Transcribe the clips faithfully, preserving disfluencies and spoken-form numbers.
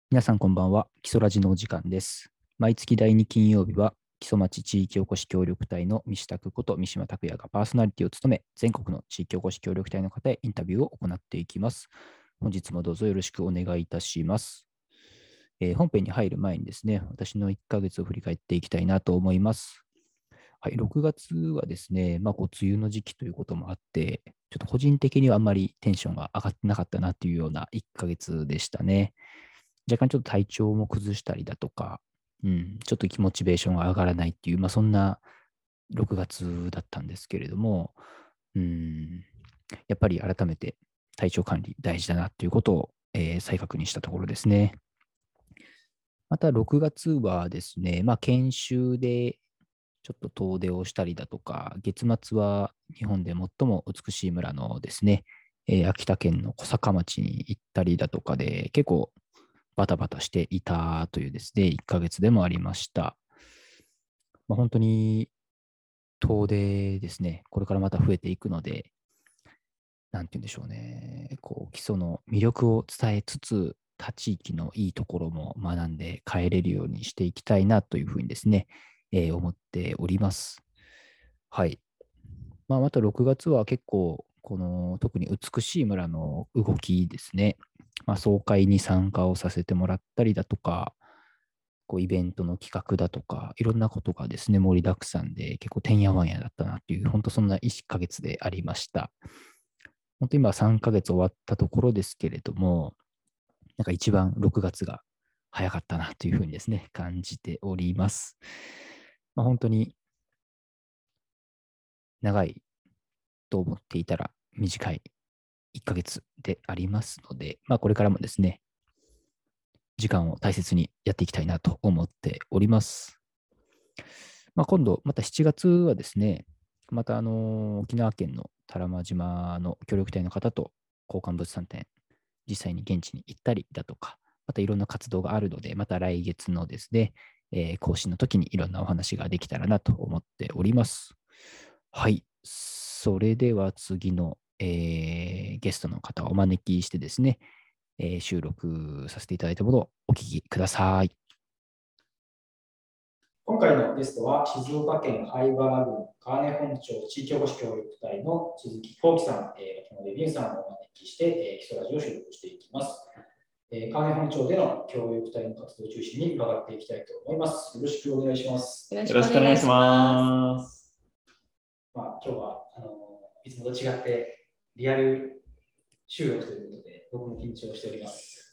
皆さんこんばんは。基礎ラジのお時間です。毎月だいに金曜日は基礎町地域おこし協力隊の三下拓こと三島拓也がパーソナリティを務め、全国の地域おこし協力隊の方へインタビューを行っていきます。本日もどうぞよろしくお願いいたします。えー本編に入る前にですね、私のいっかげつを振り返っていきたいなと思います。はい、ろくがつはですね、まあ、こう梅雨の時期ということもあって、ちょっと個人的にはあんまりテンションが上がってなかったなというようないっかげつでしたね。若干ちょっと体調も崩したりだとか、うん、ちょっと気モチベーションが上がらないっていう、まあ、そんなろくがつだったんですけれども、うん、やっぱり改めて体調管理大事だなということを、えー再確認したところですね。またろくがつはですね、まあ、研修でちょっと遠出をしたりだとか、月末は日本で最も美しい村のですね、えー秋田県の小坂町に行ったりだとかで、結構バタバタしていたというですね、いっかげつでもありました。まあ、本当に遠出ですね、これからまた増えていくので、なんて言うんでしょうね、こう基礎の魅力を伝えつつ、他地域のいいところも学んで帰れるようにしていきたいなというふうにですね、えー思っております。はい。まあ、またろくがつは結構、この特に美しい村の動きですね、まあ、総会に参加をさせてもらったりだとか、こうイベントの企画だとか、いろんなことがですね、盛りだくさんで、結構てんやわんやだったなっていう、本当そんないっかげつでありました。本当今さんかげつ終わったところですけれども、なんか一番ろくがつが早かったなというふうにですね、感じております。まあ、本当に長いと思っていたら短いいっかげつでありますので、まあ、これからもですね、時間を大切にやっていきたいなと思っております。まあ、今度、またしちがつはですね、またあの沖縄県の多良間島の協力隊の方と交換物産展、実際に現地に行ったりだとか、またいろんな活動があるので、また来月のですね、えー更新の時にいろんなお話ができたらなと思っております。はい。それでは次の、えーゲストの方をお招きしてですね、えー収録させていただいたものをお聞きください。今回のゲストは静岡県灰原郡川根本町地域おこし協力隊の鈴木幸喜さん、えー、渡辺美優さんをお招きして、えー、基礎ラジオを収録していきます。えー、川根本町での協力隊の活動を中心に伺っていきたいと思います。よろしくお願いします。 よろしくお願いします。 まあ、今日はあのいつもと違ってリアル収録ということで、僕も緊張しております。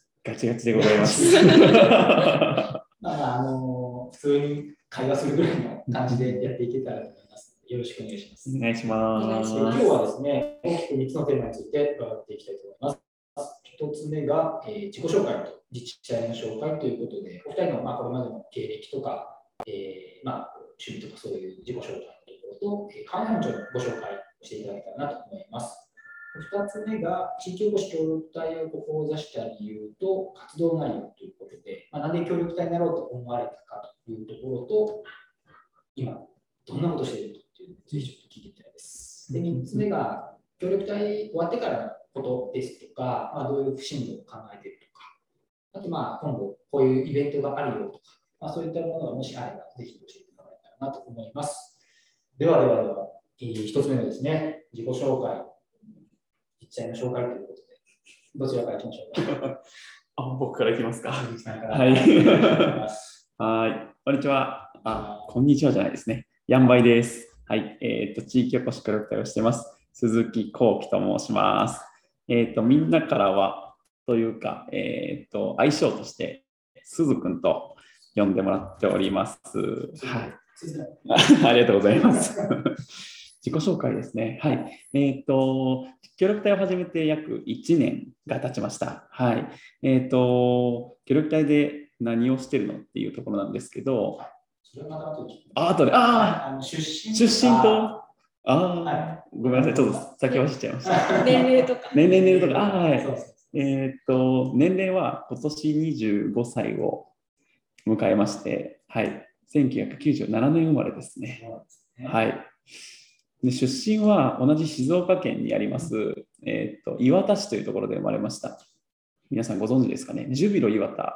ガチガチでございます。 まあ、あの普通に会話するぐらいの感じでやっていけたらと思いますので、よろしくお願いします。 お願いします。 今日はですね、大きくみっつのテーマについて伺っていきたいと思います。ひとつめが、えー自己紹介と自治体の紹介ということで、お二人の、まあ、これまでの経歴とか、えーまあ、趣味とかそういう自己紹介のところと、えー、関連のご紹介をしていただけたらなと思います。ふたつめが、地域おこし協力隊を志した理由と活動内容ということで、まあ、なんで協力隊になろうと思われたかというところと、今、どんなことをしているかというのをぜひちょっと聞いてみたいです。で、みっつめが、協力隊終わってからのことですとか、まあ、どういう進路を考えているとか、あと、まあ、今後、こういうイベントがあるよとか、まあ、そういったものがもしあれば、ぜひ教えてもらえたらなと思います。ではではでは、ひとつめのですね、自己紹介、実際の紹介ということで、どちらからいきましょうか。 あ、僕からいきますか。 ははい。はい。こんにちは。あ、こんにちはじゃないですね。やんばいです。はい。えっ、と、地域おこし協力隊をしてます。鈴木幸喜と申します。えっ、と、みんなからは、というか、えっ、と、愛称として、鈴くんと呼んでもらっております。はい。ありがとうございます。自己紹介ですね。はい。えっ、と、協力隊を始めて約いちねんが経ちました。はい。えっ、と、協力隊で何をしてるのっていうところなんですけど、あ、あとで、ああ、出身出身と、ああ、はい、ごめんなさい、ちょっと先走っちゃいました。 年齢とか。 年齢、年齢とか、あはい。えっ、と、年齢は今年にじゅうごさいを迎えまして、はい。せんきゅうひゃくきゅうじゅうななねん生まれですね。はい。で出身は同じ静岡県にあります、えー、と磐田市というところで生まれました。皆さんご存知ですかね。ジュビロ磐田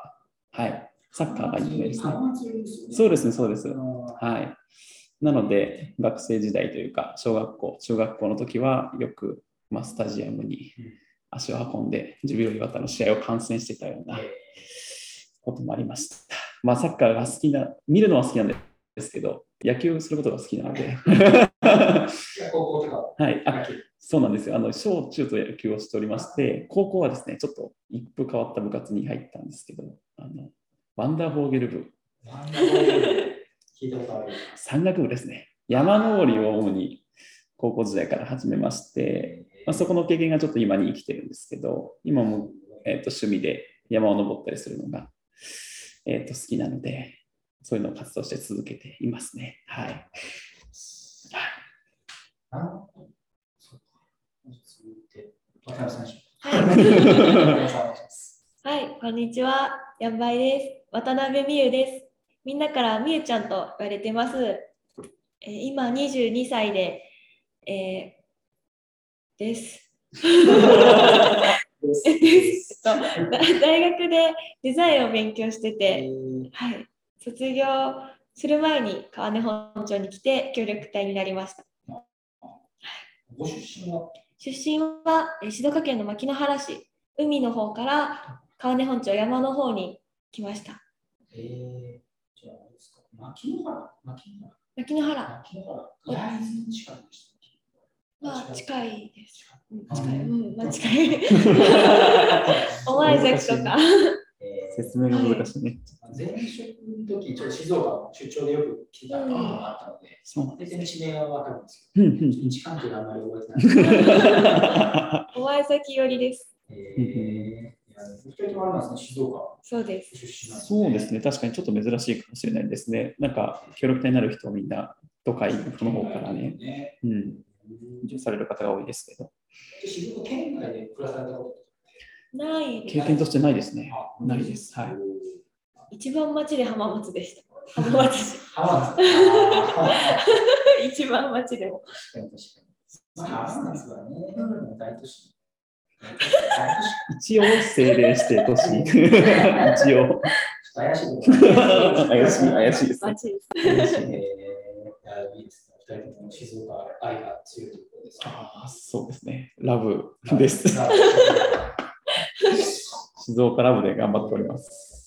はい、サッカーが有名ですね。そうですね、そうです。はい。なので、学生時代というか、小学校、中学校の時は、よく、まあ、スタジアムに足を運んで、ジュビロ磐田の試合を観戦してたようなこともありました。まあ、サッカーが好きな、見るのは好きなんですけど、野球することが好きなので。高校とかはい、あ、そうなんですよ。あの小中と野球をしておりまして、高校はですね、ちょっと一風変わった部活に入ったんですけど、あのワンダーフォーゲル部。ワンダーフォーゲル部聞いたことある。山岳部ですね。山登りを主に高校時代から始めまして、まあ、そこの経験がちょっと今に生きてるんですけど、今も、えーと、趣味で山を登ったりするのが、えーと、好きなので、そういうのを活動して続けていますね。はい。はい。 はい、こんにちは。やんばいです。渡辺美優です。みんなからみゆちゃんと言われてます。えー、今にじゅうにさいで、えー、です。大学でデザインを勉強してて、はい、卒業する前に川根本町に来て協力隊になりました。 ご出身は出身は静岡県の牧之原市、海の方から川根本町山の方に来ました。 えー、じゃああれですか、牧之原牧之原牧之原牧之原焼津の近くでした。 まあ近いです。うん、近い。うん、まあ近い。お前崎とか。 説明が難しいね。 前職の時、ちょっと静岡の出張でよく来てたのがあったので、そう全然地名は分かるんですけど、位置関係があんまり覚えてない。 お前崎寄りです。 えー、お二人ともあれなんですね、静岡。 そうです。 そうですね、確かにちょっと珍しいかもしれないですね。なんか、協力隊になる人はみんな、都会の方からね、うん、移住される方が多いですけど。 静岡県内で暮らされたことない経験としてないですね。ないです。はい。 一番町で浜松でした。浜松市。 浜松。 一番町でも。 確かに確かに。浜松はね、大都市。 一応政令指定都市。一応。 怪しい。 怪しい、怪しいです。 怪しいです。 怪しい。えー、いいですね。二人とも静岡愛が強いということですね。 ああ、そうですね。ラブです。静岡ラブで頑張っております。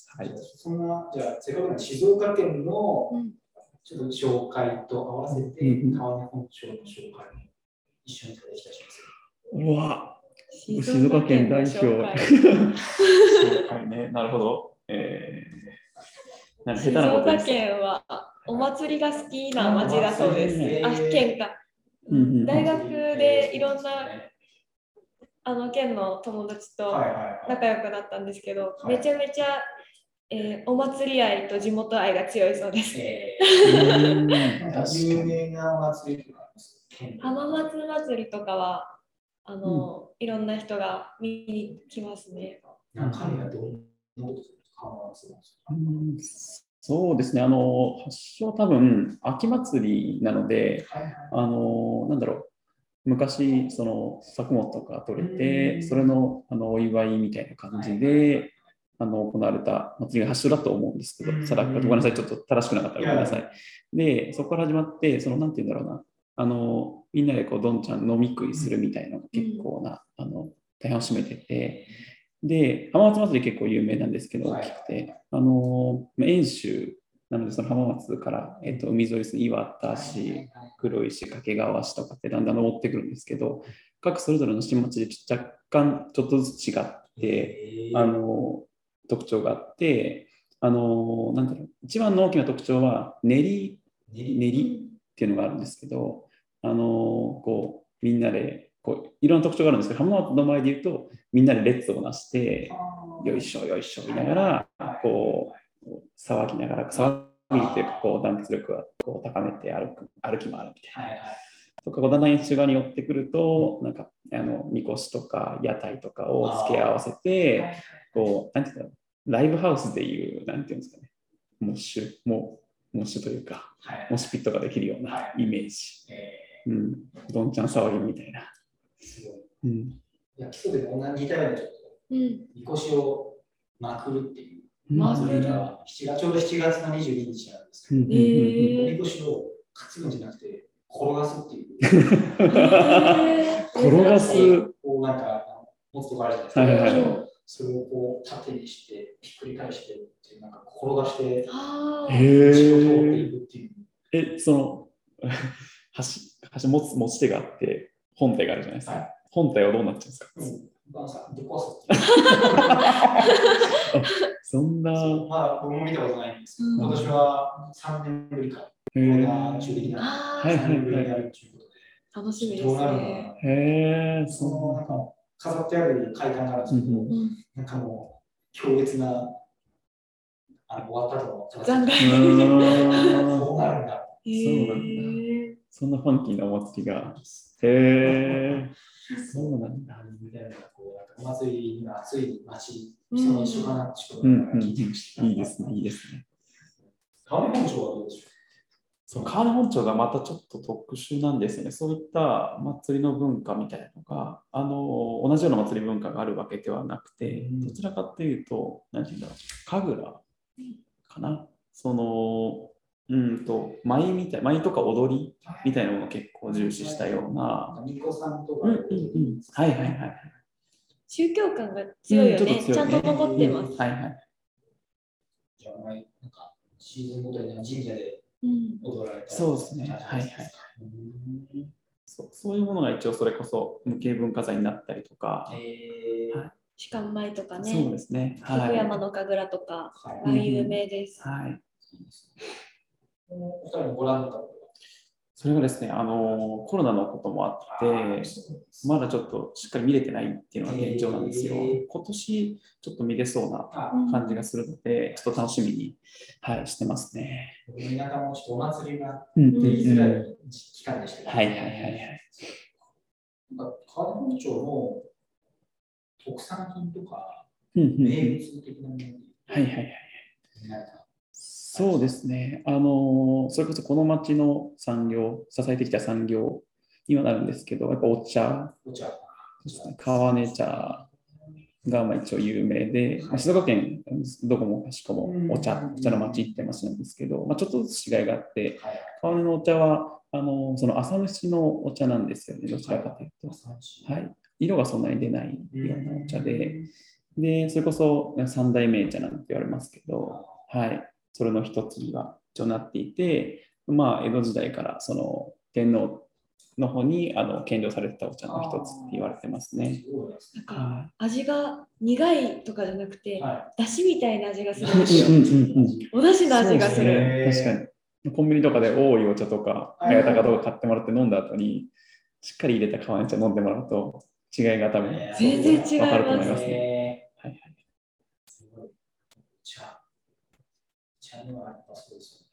はい。 そんな、じゃあ、せっかくの静岡県のちょっと紹介と合わせて、川根本町の紹介も一緒にお願いします。 うわ、静岡県代表。紹介ね、なるほど。えー、なんか下手なことです。 静岡県はお祭りが好きな町だそうです。あ、県か。大学でいろんなあの県の友達と仲良くなったんですけど、めちゃめちゃ、えー、お祭り愛と地元愛が強いそうです。 えー、有名なお祭りとか浜松祭りとかはあの、うん、いろんな人が見に来ますね。 彼がどういうそうですね、あの発祥は多分秋祭りなので、あのなんだろう、昔その作物とか取れて、それのあのお祝いみたいな感じであの行われた祭りが発祥だと思うんですけど、定かごめんなさい、ちょっと正しくなかったらごめんなさい。で、そこから始まって、そのなんていうんだろうな、あのみんなでこうどんちゃん飲み食いするみたいなのが結構な、あの大半を占めてて。で、浜松祭り結構有名なんですけど、大きくて、あの遠州なので、その浜松から、えっと、海沿いですね、岩田市、黒石、掛川市とかってだんだん登ってくるんですけど、各それぞれの新町で若干ちょっとずつ違って、あの特徴があって、あのなんだろう、一番の大きな特徴は練り、練りっていうのがあるんですけど、あのこうみんなでこういろんな特徴があるんですけど、浜松の前で言うと、みんなで列をなして、よいしょよいしょ言いながら、こう、騒ぎながら、騒ぎというか、こう団結力をこう高めて歩く、歩き回るみたいな。とか、だんだん演習側に寄ってくると、なんか、あの、みこしとか屋台とかを付け合わせて、こう、なんていうんだろう、ライブハウスでいう、なんていうんですかね、モッシュ、もう、モッシュというか、モシピットができるようなイメージ。うん、どんちゃん騒ぎみたいな。 うん、いや、基礎でも似たようなちょっと、みこしをまくるっていう祭りがしちがつちょうどしちがつのにじゅうににちなんですけど、 えー、 おみこしを担ぐんじゃなくて転がすっていう。 えー、 転がす。 こうなんか持つとこあるじゃないですか。はいはいはい、それをこう縦にしてひっくり返してってなんか転がして道を通っていくっていう。 え、その橋、橋持つ持ち手があって本体があるじゃないですか。はい、本体はどうなっちゃうんですか。 うん、さぶっ壊す。 そんな。 まあ、僕も見たことないんですけど、うん、今年はさんねんぶりか。コロナ中的なさんねんぶりにやるということで。 楽しみですね。 へえ、 そのなんか飾ってある会館があるんですけど、うん、なんかもう強烈なあの終わったとの残骸。 そうなるんだ。 そうなんだ。そんなファンキーなお祭りが。へえ。そうなんだ。 みたいなこうお祭りには暑い街、人も一緒かなってうんうんうん、いいですね、いいですね。 川根本町はどうでしょう。 そう、川根本町がまたちょっと特殊なんですよね。そういった祭りの文化みたいなのが、あの同じような祭り文化があるわけではなくて、どちらかというと、何て言うんだろう、神楽かな。その、うんと、舞みたい、舞とか踊りみたいなものを結構重視したような。 巫女さんとか。 うんうんうん。はいはいはい。 宗教感が強いよね。うん、ち, ねちゃんと残ってます。 うん、はいはい。 じゃあ、なんかシーズンごとに神社で踊られた、うん、 そうですね。はいはい。うん、そう、そういうものが一応それこそ無形文化財になったりとか。 えーはい、鹿舞とかね。 そうですね。 はい、福山の神楽とかは有名です。 はい。 お二人もご覧になったことそれがですね、あのコロナのこともあって、まだちょっとしっかり見れてないっていうのが現状なんですよ。今年ちょっと見れそうな感じがするので、ちょっと楽しみに、はい、してますね。 田舎もちょっとお祭りが言いづらい期間でしたけど、 はいはいはいはい。 川根本町の特産品とか、名物的なもの、 はいはいはい。そうですね。あの、それこそこの町の産業、支えてきた産業にはなるんですけど、やっぱお茶、 お茶ですね、川根茶がまあ一応有名で、静岡県どこもかしこもお茶、お茶の町って町なんですけど、まあ、ちょっとずつ違いがあって、川根のお茶はあのその朝飯のお茶なんですよね、どちらかというと。はい、色がそんなに出ないようなお茶で、でそれこそ三大銘茶なんて言われますけど、はい、それの一つには一応なっていて、まあ、江戸時代からその天皇の方にあの献上されてたお茶の一つって言われてますね。 なんか味が苦いとかじゃなくて、はい、だしみたいな味がするんですよ。おだしの味がする。 ね、確かに。コンビニとかで多いお茶とか、早高とか買ってもらって飲んだ後に、しっかり入れた川根茶飲んでもらうと、違いが多分全然違います。 分かると思いますね。はいはい。 すごい。茶。茶にはやっぱそうですよね。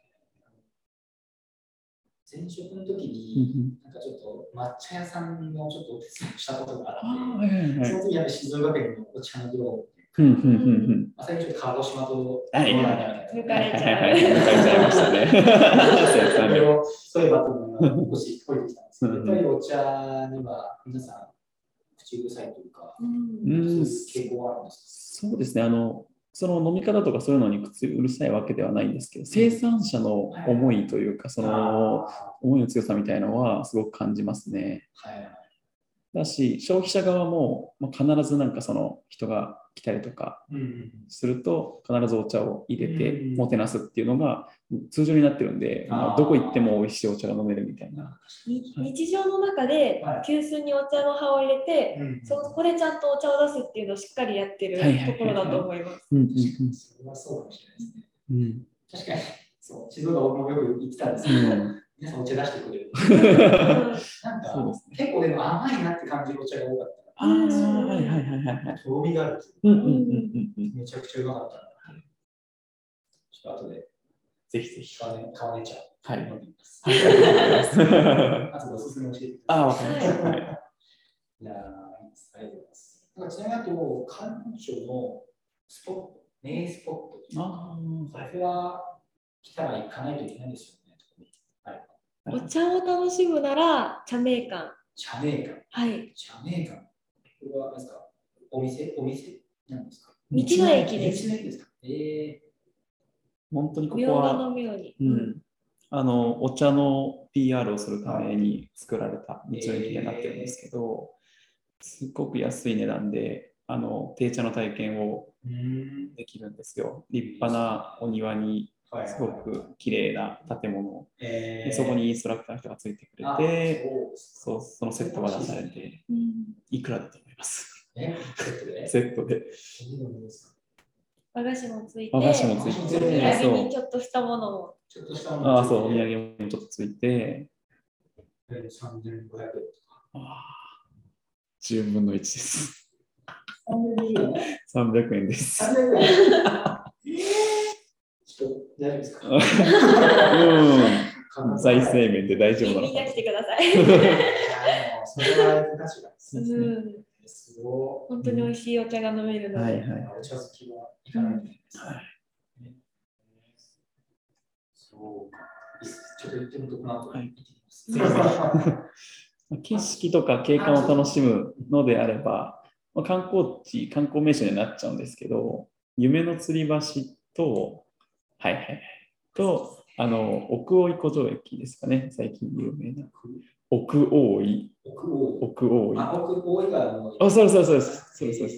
前職の時に、なんかちょっと抹茶屋さんのちょっとお手伝いしたことがあって、その時やっぱ静岡県のお茶の量、まさにちょっと鹿児島とコロナみたいな。 抜かれちゃう。 抜かれちゃいましたね。 そういえばと思いながら、少し聞こえてきたんですけど、やっぱりお茶には皆さん、口うるさいというか、そういう傾向があるんですか。そうですね。あのその飲み方とかそういうのに口うるさいわけではないんですけど、生産者の思いというか、その思いの強さみたいなのはすごく感じますね。だし、消費者側も必ずなんかその人が来たりとかすると、必ずお茶を入れてもてなすっていうのが通常になってるんで、まあ、どこ行っても美味しいお茶が飲めるみたいな。 日常の中で急須にお茶の葉を入れて、はい、そのここでちゃんとお茶を出すっていうのをしっかりやってるところだと思います。 それはそうかもしれないですね。うん、確かにそう、静岡僕もよく言ってたんですけど、うん、皆さんお茶出してくれる。なんか、ね、結構でも甘いなって感じるお茶が多かった。 ああ、はいはいはいはい。 とろみがある。 うんうんうんうん。 めちゃくちゃうまかったな。ちょっと後で、 ぜひぜひ。 川根、川根茶。 はい。 飲んでみます。あとおすすめ教えてください。 ああ、わかりました。はい。 いやー、いいです。ありがとうございます。ちなみにあと、川根町のスポット、名スポット。ああ、それは来たら行かないといけないですよね。 はい、お茶を楽しむなら茶名館。 茶名館。 はい。 茶名館。これは何ですか？お店お店なんですか？ 道の駅です。 道の駅ですか。えー、 本当にここ明賀は、 の妙に。 うん、あのお茶の ピーアール をするために作られた道の駅になってるんですけど、すっごく安い値段であの定茶の体験をできるんですよ。立派なお庭にすごく綺麗な建物、でそこにインストラクターの人がついてくれて、そう、そのセットが出されて、いくらだと思います？セットで。 和菓子もついて、 和菓子もついて、 お土産にちょっとしたものも。 ちょっとしたものああ、そう、お土産もちょっとついて、 さんぜんごひゃくえんとか。 ああ、じゅうぶんのいちです。 さんびゃくえんさんびゃくえんです。 さんびゃくえんちょっと大丈夫ですか？ うん。財政面で大丈夫なのみんな来てください。 それは価値がうん。すごい。本当に美味しいお茶が飲めるので。 はいはい。 お茶好きはいかないといけないです。はい。そうか。ちょっと言ってみるとこの後行ってきます。 景色とか景観を楽しむのであれば、観光地、観光名所になっちゃうんですけど、夢の吊り橋と、はいはいはい、と、あの、奥大井湖上駅ですかね、最近有名な。奥大井。奥大井。 あ、奥大井がもう。 あ、そうそうそうです。そうそうです。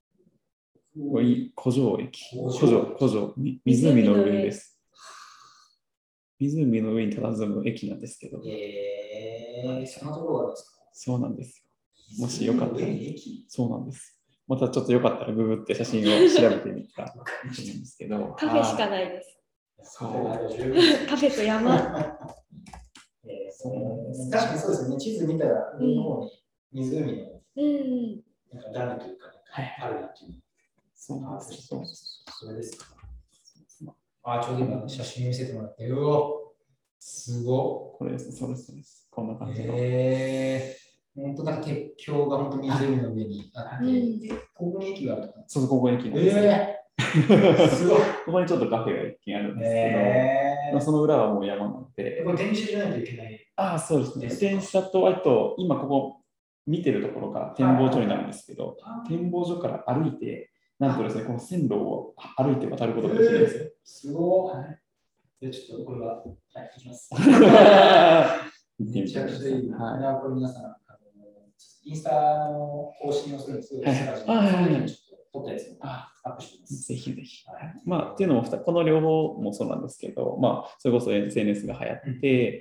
湖上駅。湖上、湖上、湖の上です。湖の上に佇む駅なんですけど。 えー、そんなところがあるんですか？ そうなんですよ。もしよかったら。そうなんです。またちょっとよかったらググって写真を調べてみたらいいんですけど。 カフェしかないです。 そう。 カフェと山。 えー、そう確かにそうですね。地図見たら上の方に湖のなんかダムというかあるなっていう。 そうなんです。 それですか。あ、ちょうど今写真見せてもらって、うお、すごこれです、そうです、そうです。こんな感じの。 えー、本当なんか鉄橋が本当湖の上にあって、ここに駅があるとか。 そうそう、ここに駅なんです。 えー、すごい。 ここにちょっとカフェが一軒あるんですけど、えー、その裏はもう山なので。 これ電車じゃないといけない。 ああ、そうですね。電車と、あと、今ここ見てるところが展望所になるんですけど、展望所から歩いて、なんとですね、この線路を歩いて渡ることができるんですよ。 すごい。はい、じゃあちょっとこれは、はい、行きます。めちゃくちゃいい。はい、これ皆さん、あのインスタの更新をするんですけど、はい、撮ったやつをアップしてます。 ぜひぜひ。はい、まあ、っていうのも、この両方もそうなんですけど、まあ、それこそ エスエヌエス が流行って、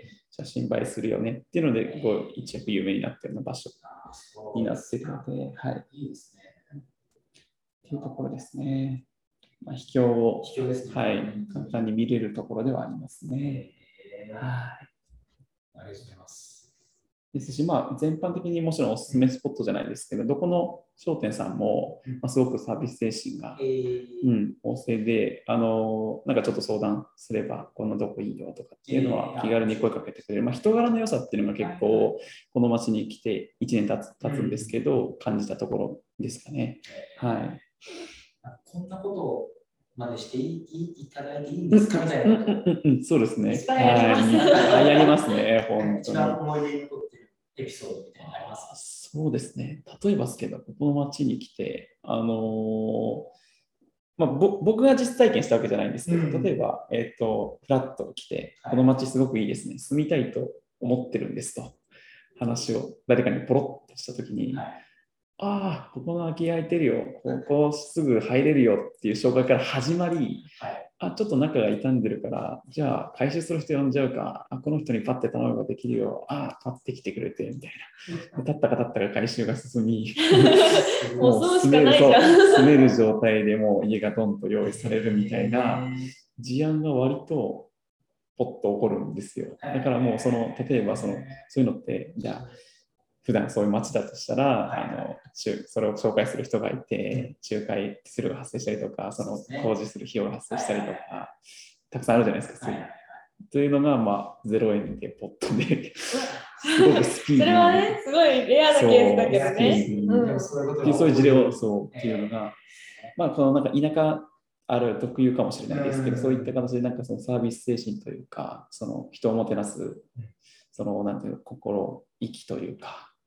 写真映えするよねっていうので、こう一躍有名になっている場所になっているので、はい。 いいですね。 っていうところですね。まあ、秘境を、 秘境ですね、 はい、簡単に見れるところではありますね。 はい。ありがとうございます。 ですし、まあ、全般的にもちろんおすすめスポットじゃないですけど、どこの商店さんも、まあ、すごくサービス精神が、うん、旺盛で、あの、なんかちょっと相談すれば、こんなとこいいよとかっていうのは気軽に声かけてくれる。まあ、人柄の良さっていうのが結構、この町に来ていちねん経つ、経つんですけど、感じたところですかね。はい。 こんなことをまでしていただいていいんですかみたいな。 そうですね。 はい、 やりますね、本当に。 一番思い出に残っているエピソードみたいなのありますか？ そうですね。例えばですけど、ここの町に来て、あのーまあ、ぼ僕が実体験したわけじゃないんですけど、うん、例えば、えっと、フラッと来て、この町すごくいいですね、住みたいと思ってるんですと、話を誰かにポロッとしたときに、はい、ああ、ここの空き家空いてるよ、ここすぐ入れるよっていう紹介から始まり、はい、あ、ちょっと仲が傷んでるから、じゃあ回収する人呼んじゃうか、あ、この人にパッて頼めばできるよ、あ、パッて来てくれて、みたいな。立ったか立ったか回収が進み、 もう住める、 住める状態でもう家がドンと用意されるみたいな事案が割とポッと起こるんですよ。だからもうその、例えばその、そういうのって、じゃあ、普段そういう街だとしたら、はい、あのそれを紹介する人がいて、仲介するが発生したりとか、その工事する費用が発生したりとか、たくさんあるじゃないですか。はい、というのが、まあ、ゼロえんでポットですごくスピーディー。 それはね、すごいレアなケースだけどね。 うん、そういう事例をそうっていうのが、まあ、このなんか田舎ある特有かもしれないですけど、そういった形でなんかそのサービス精神というか、その人をもてなす、そのなんていうの心意気というか。っ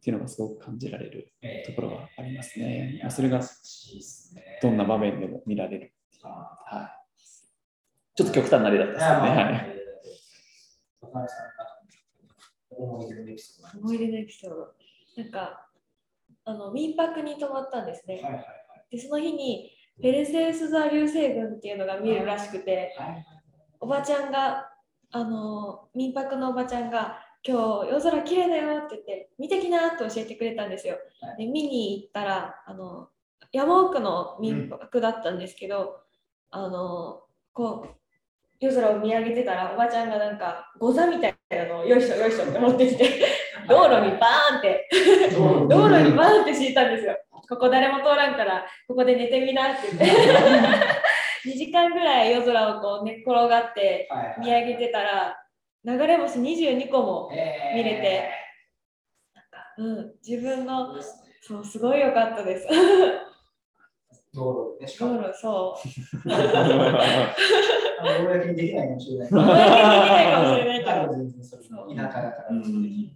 っていうのがすごく感じられるところはありますね。まあ、それがどんな場面でも見られるっていう、はい、ちょっと極端な例だったですね。はい。 思い出のエピソード。思い出のエピソード。なんかあの民泊に泊まったんですね。はいはいはい、でその日にペルセウス座流星群っていうのが見えるらしくて、おばちゃんがあの民泊のおばちゃんが今日夜空綺麗だよって言って見てきなって教えてくれたんですよ。で見に行ったらあの山奥の民泊だったんですけど、あのこう夜空を見上げてたらおばちゃんがなんかゴザみたいなのをよいしょよいしょって持ってきて道路にバーンって道路にバーンって敷いたんですよ。ここ誰も通らんからここで寝てみなって言ってにじかんぐらい夜空をこう寝っ転がって見上げてたら流れ星にじゅうにこも見れて、なんか、うん、自分のそうすごい良かったです。 道路ね、しかも。 道路、そう。 公にできないかもしれない。 公にできないかもしれないけど。 全然それも田舎だから楽しみ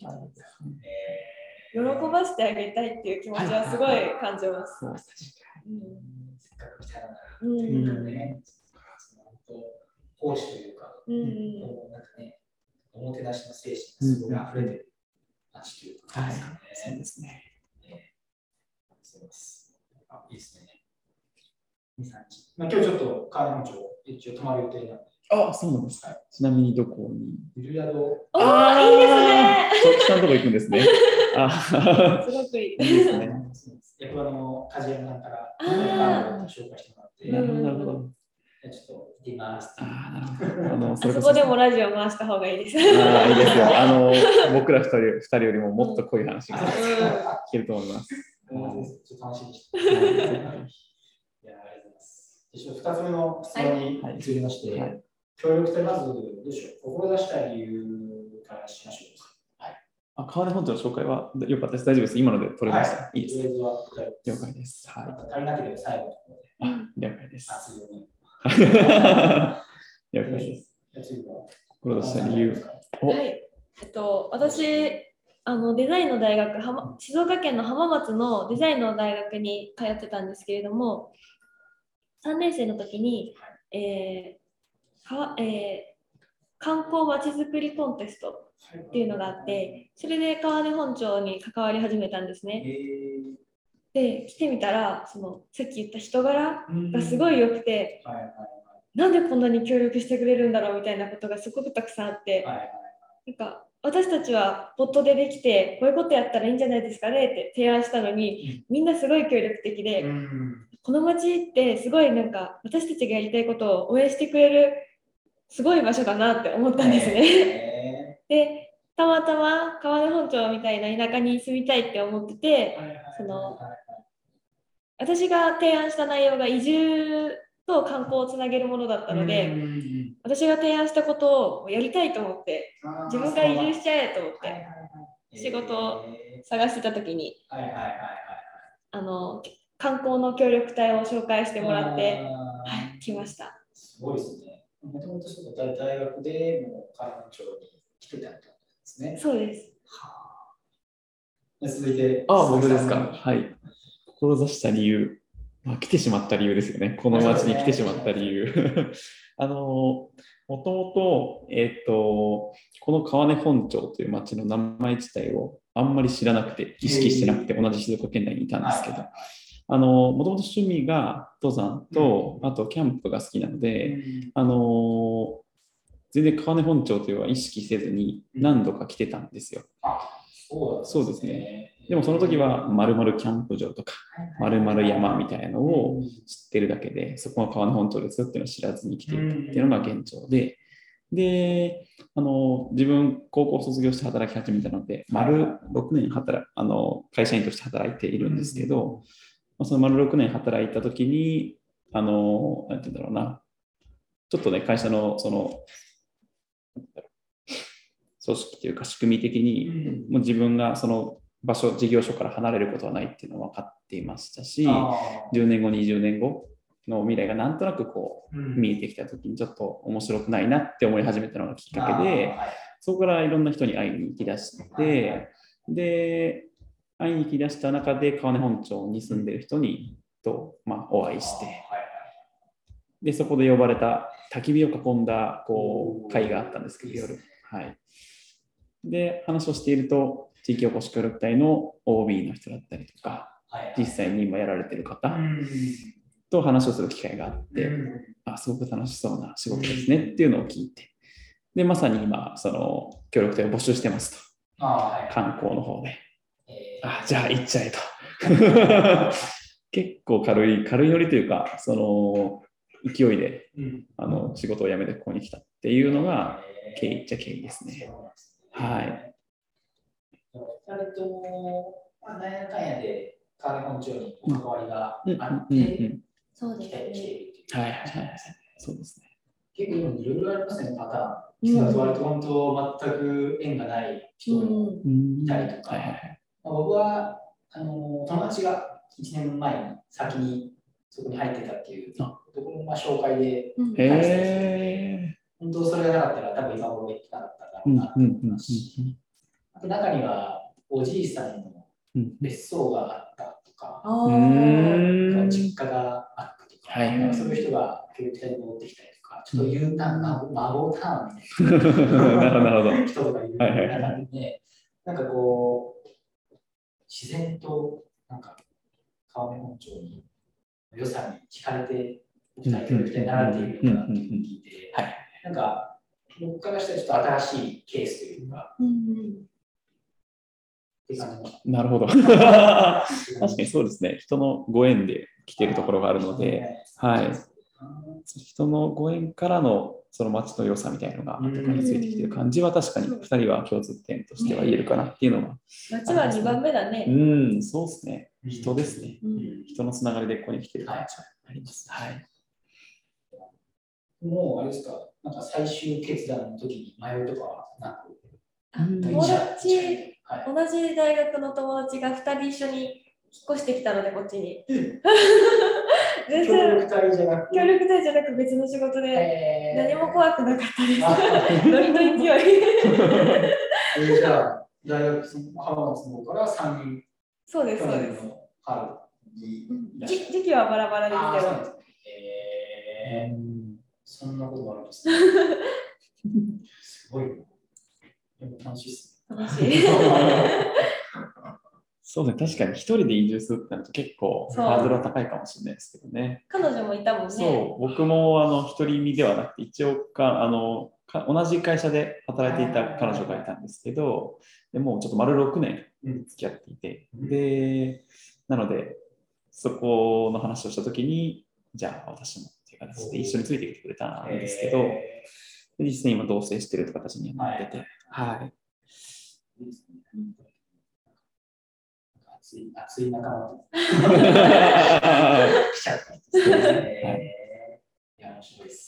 喜ばせてあげたいっていう気持ちはすごい感じます。 そう、確かに。せっかく来たらな。ね。奉仕というか、なんかね、おもてなしの精神がすごい溢れてる街というか、 はい、そうですね。 そうです。あ、いいですね。に、さんにち。まあ、今日ちょっと川根本町、一応泊まる予定なんで。 あ、そうなんですか。ちなみにどこに？ ゆる宿。 ああ、いいですね。 そっちのとこ行くんですね。あ、 すごくいい。 いいですね。 役場の梶山さんから紹介してもらって。 なるほど、なるほど。 ちょっと行ってみます。 ああ、なるほど。あの、 そこでもラジオ回した方がいいです。 ああ、いいですよ。あの、僕ら二人、二人よりももっと濃い話が聞けると思います。 ちょっと楽しみにして。いや、ありがとうございます。ふたつめの質問に移りまして、はい、協力隊まずどうでしょう、志した理由からしましょうか。はい。 あ、川根本町の紹介は良かったです。大丈夫です。今ので取れました。 はい、いいです。 了解です。はい。 足りなければ最後のところで。 あ、了解です。 あ、次に。 了解です。志した理由。 はい。えっと、私、あのデザインの大学、静岡県の浜松のデザインの大学に通ってたんですけれども、さんねん生の時に、えーかえー、観光まちづくりコンテストっていうのがあって、それで川根本町に関わり始めたんですね。で、来てみたら、そのさっき言った人柄がすごい良くて、なんでこんなに協力してくれるんだろうみたいなことがすごくたくさんあって、なんか私たちはボットでできてこういうことやったらいいんじゃないですかねって提案したのに、みんなすごい協力的で、うん、この町ってすごいなんか私たちがやりたいことを応援してくれるすごい場所だなって思ったんですね。で、たまたま川根本町みたいな田舎に住みたいって思ってて、その私が提案した内容が移住と観光をつなげるものだったので、私が提案したことをやりたいと思って、自分が移住しちゃえと思って、仕事を探してた時に、あの観光の協力隊を紹介してもらって、はい、来ました。 すごいですね。もともと大学でもう川根本町に来てたってことですね。 そうです。 はあ、続いて、 ああ、僕ですか。はい。志した理由。まあ、来てしまった理由ですよね。この町に来てしまった理由。あの、もともと、えっと、この川根本町という町の名前自体をあんまり知らなくて、意識してなくて、同じ静岡県内にいたんですけど、あの、もともと趣味が登山と、あとキャンプが好きなので、あの、全然川根本町というのは意識せずに何度か来てたんですよ。そうですね。でもその時は〇〇キャンプ場とか〇〇山みたいなのを知ってるだけで、そこが川根本町ですよっていうのを知らずに来ていたっていうのが現状で、で、あの自分高校卒業して働き始めたので、丸ろくねん働あの会社員として働いているんですけど、その丸ろくねん働いた時に、あの、なんていうんだろうな、ちょっとね、会社のその、組織というか仕組み的に、もう自分がその場所、事業所から離れることはないっていうのは分かっていましたし、じゅうねんご、にじゅうねんごの未来がなんとなくこう見えてきたときにちょっと面白くないなって思い始めたのがきっかけで、そこからいろんな人に会いに行き出して、 で、会いに来だした中で川根本町に住んでる人にと、まあ、お会いして、で、そこで呼ばれた焚き火を囲んだこう会があったんですけど、夜。はい。で、話をしていると、地域おこし協力隊の オービー の人だったりとか、実際に今やられてる方と話をする機会があって、あ、すごく楽しそうな仕事ですねっていうのを聞いて、で、まさに今、その協力隊を募集してますと、観光の方で。あ、じゃあ行っちゃえと。結構軽い、軽いノリというか、その勢いで、うん、あの仕事を辞めてここに来たっていうのが経緯っちゃ経緯ですね。はい。 ふたりとも、なんやかんやで川根本町にお関わりがあって、 そうですね。 はいはいはい。そうですね。 結構いろいろありますね、パターン。実は割と本当全く縁がない人もいたりとか。僕はあの友達がいちねんまえに先にそこに入ってたっていうところの紹介で入ってたんですけど、本当それがなかったら多分今頃行ってなかっただろうなと思いますし、あと中にはおじいさんの別荘があったとか、実家があったとか、はいはい、そういう人が協力隊に戻ってきたりとか、ちょっと U ターン、孫ターンみたいな人とかいる中で、ね、なんかこう、自然となんか川根本町に良さに惹かれてお二人協力隊になられているようなと聞いて、なんか僕からしたらちょっと新しいケースというか、うんうん、 なるほど。確かにそうですね。人のご縁で来ているところがあるので、はい。人のご縁からのその街の良さみたいなのが後からついてきている感じは確かにふたりは共通点としては言えるかなっていうのは。 街はにばんめだね。 うん、そうですね。人ですね。うん、人のつながりでここに来ている感じはあります。はい。 もうあれですか、なんか最終決断の時に迷いとかはなく。 友達、はい、同じ大学の友達がふたり一緒に引っ越してきたので、こっちに。 全然協力隊じゃなく協力隊じゃなく別の仕事で何も怖くなかったです。ノリの勢い。 えー、じゃあ、大学浜松の方からさんにん。 そうです、そうです。 春に時期はバラバラですけど。 えー、そんなことがあるんですね。すごい。でも楽しいっすね。楽しい。 そうですね、確かに一人で移住するってなると結構ハードルは高いかもしれないですけどね。 彼女もいたもんね。 そう、僕もあの一人身ではなくて、一応かあのか同じ会社で働いていた彼女がいたんですけど、でもうちょっと丸ろくねん付き合っていて、うん、で、なので、そこの話をしたときに、じゃあ私もっていう形で一緒についてきてくれたんですけど、実際今同棲してるって形になってて、はい。はい、 熱い、熱い仲間と来ちゃったんですね。いや、面白いです。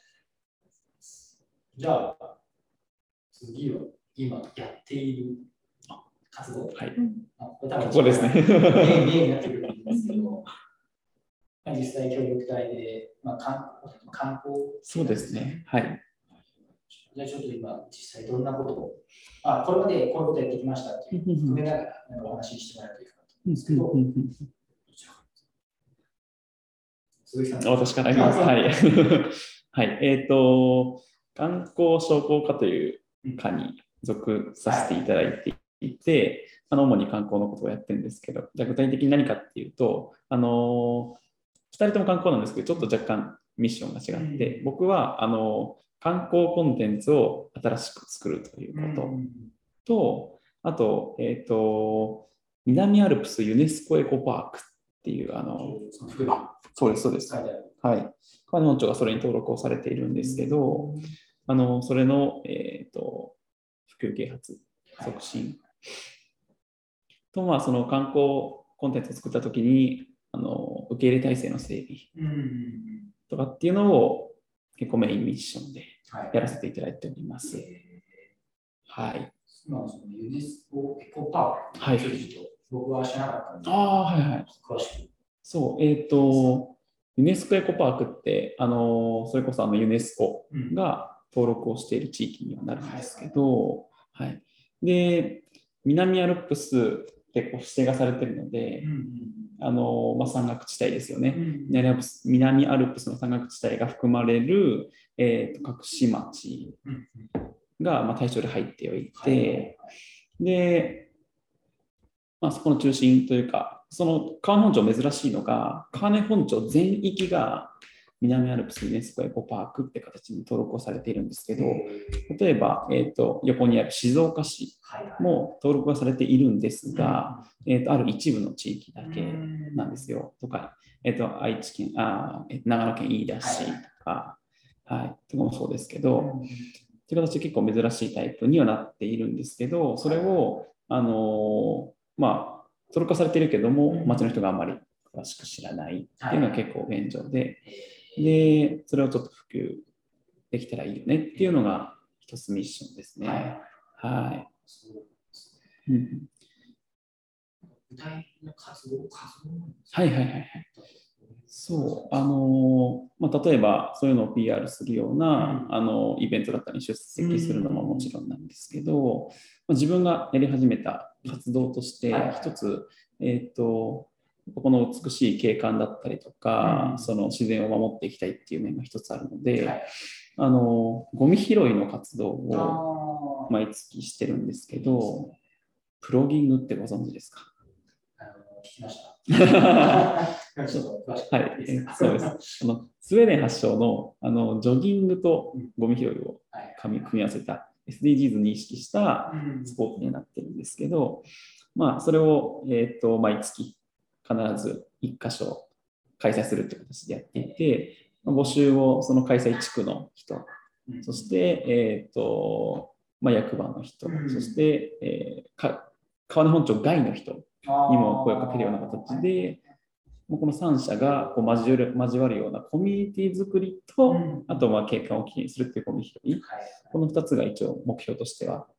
じゃあ、次は今やっている活動。 はい。 ここですね。 メインになってくるんですけど、実際協力隊で、まあ、観光、観光そうですね。はい。 じゃあちょっと今、実際どんなことを、あ、これまでこういうことやってきましたっていうのを含めながらお話ししてもらえるといいかなと思うんですけど、鈴木さん。 私から言います。はい。はい。えっと、観光商工課という課に属させていただいていて、あの主に観光のことをやってるんですけど、じゃあ具体的に何かっていうと、あの、ふたりとも観光なんですけど、ちょっと若干ミッションが違って、僕は、あの、観光コンテンツを新しく作るということと、あと、えっと、南アルプスユネスコエコパークっていう、あの、そうです、そうです。はい。川根本町がそれに登録をされているんですけど、あの、それの、えっと、普及啓発、促進と、まあ、その観光コンテンツを作ったときに、あの、受け入れ体制の整備とかっていうのを結構メインミッションでやらせていただいております。はい。 今、そのユネスコエコパークについて僕は知らなかったんで、 ああ、はいはい。 詳しく。 そう、えっと、ユネスコエコパークって、あの、それこそあのユネスコが登録をしている地域にはなるんですけど、はい。で、 南アルプスでこう指定がされているので、うんうん、あのまあ、山岳地帯ですよね、うん、南アルプス。南アルプスの山岳地帯が含まれる、えー、と各市町が、まあ、対象で入っておいて、で、まあ、そこの中心というか、その川根本町珍しいのが、川根本町全域が南アルプスユネスコエコパークって形に登録をされているんですけど、例えば、えー、と横にある静岡市も登録はされているんですが、えー、とある一部の地域だけなんですよ。とか、えー、と愛知県、あ長野県飯田市とか、はい、とかもそうですけど、という形で結構珍しいタイプにはなっているんですけど、それを、あのー、まあ、登録はされているけども、町の人があんまり詳しく知らないっていうのは結構現状で、で、それをちょっと普及できたらいいよねっていうのが一つミッションですね。はい。はい。うん、 具体の活動、活動はいはいはいはい。そう、あのまあ、例えばそういうのを ピーアール するような、うん、あのイベントだったり出席するのももちろんなんですけど、まあ、自分がやり始めた活動として一つ、えーと、この美しい景観だったりとか、うん、その自然を守っていきたいっていう面が一つあるので、はい、あのゴミ拾いの活動を毎月してるんですけど、プロギングってご存知ですか？ 聞きました。 はい、そうです。あのスウェーデン発祥の、あのジョギングとゴミ拾いを組み合わせた エスディージーズ に意識したスポーツになってるんですけど、まあ、それを、えー、と毎月必ずいっかしょ開催するという形でやっていて、募集をその開催地区の人、そして、えーとまあ、役場の人、そして、えー、か川根本町外の人にも声をかけるような形で、このさん者がこう交わる、交わるようなコミュニティ作りと、うん、あとは景観をきれいにするというゴミ拾い、はい、このふたつが一応目標としてはあって、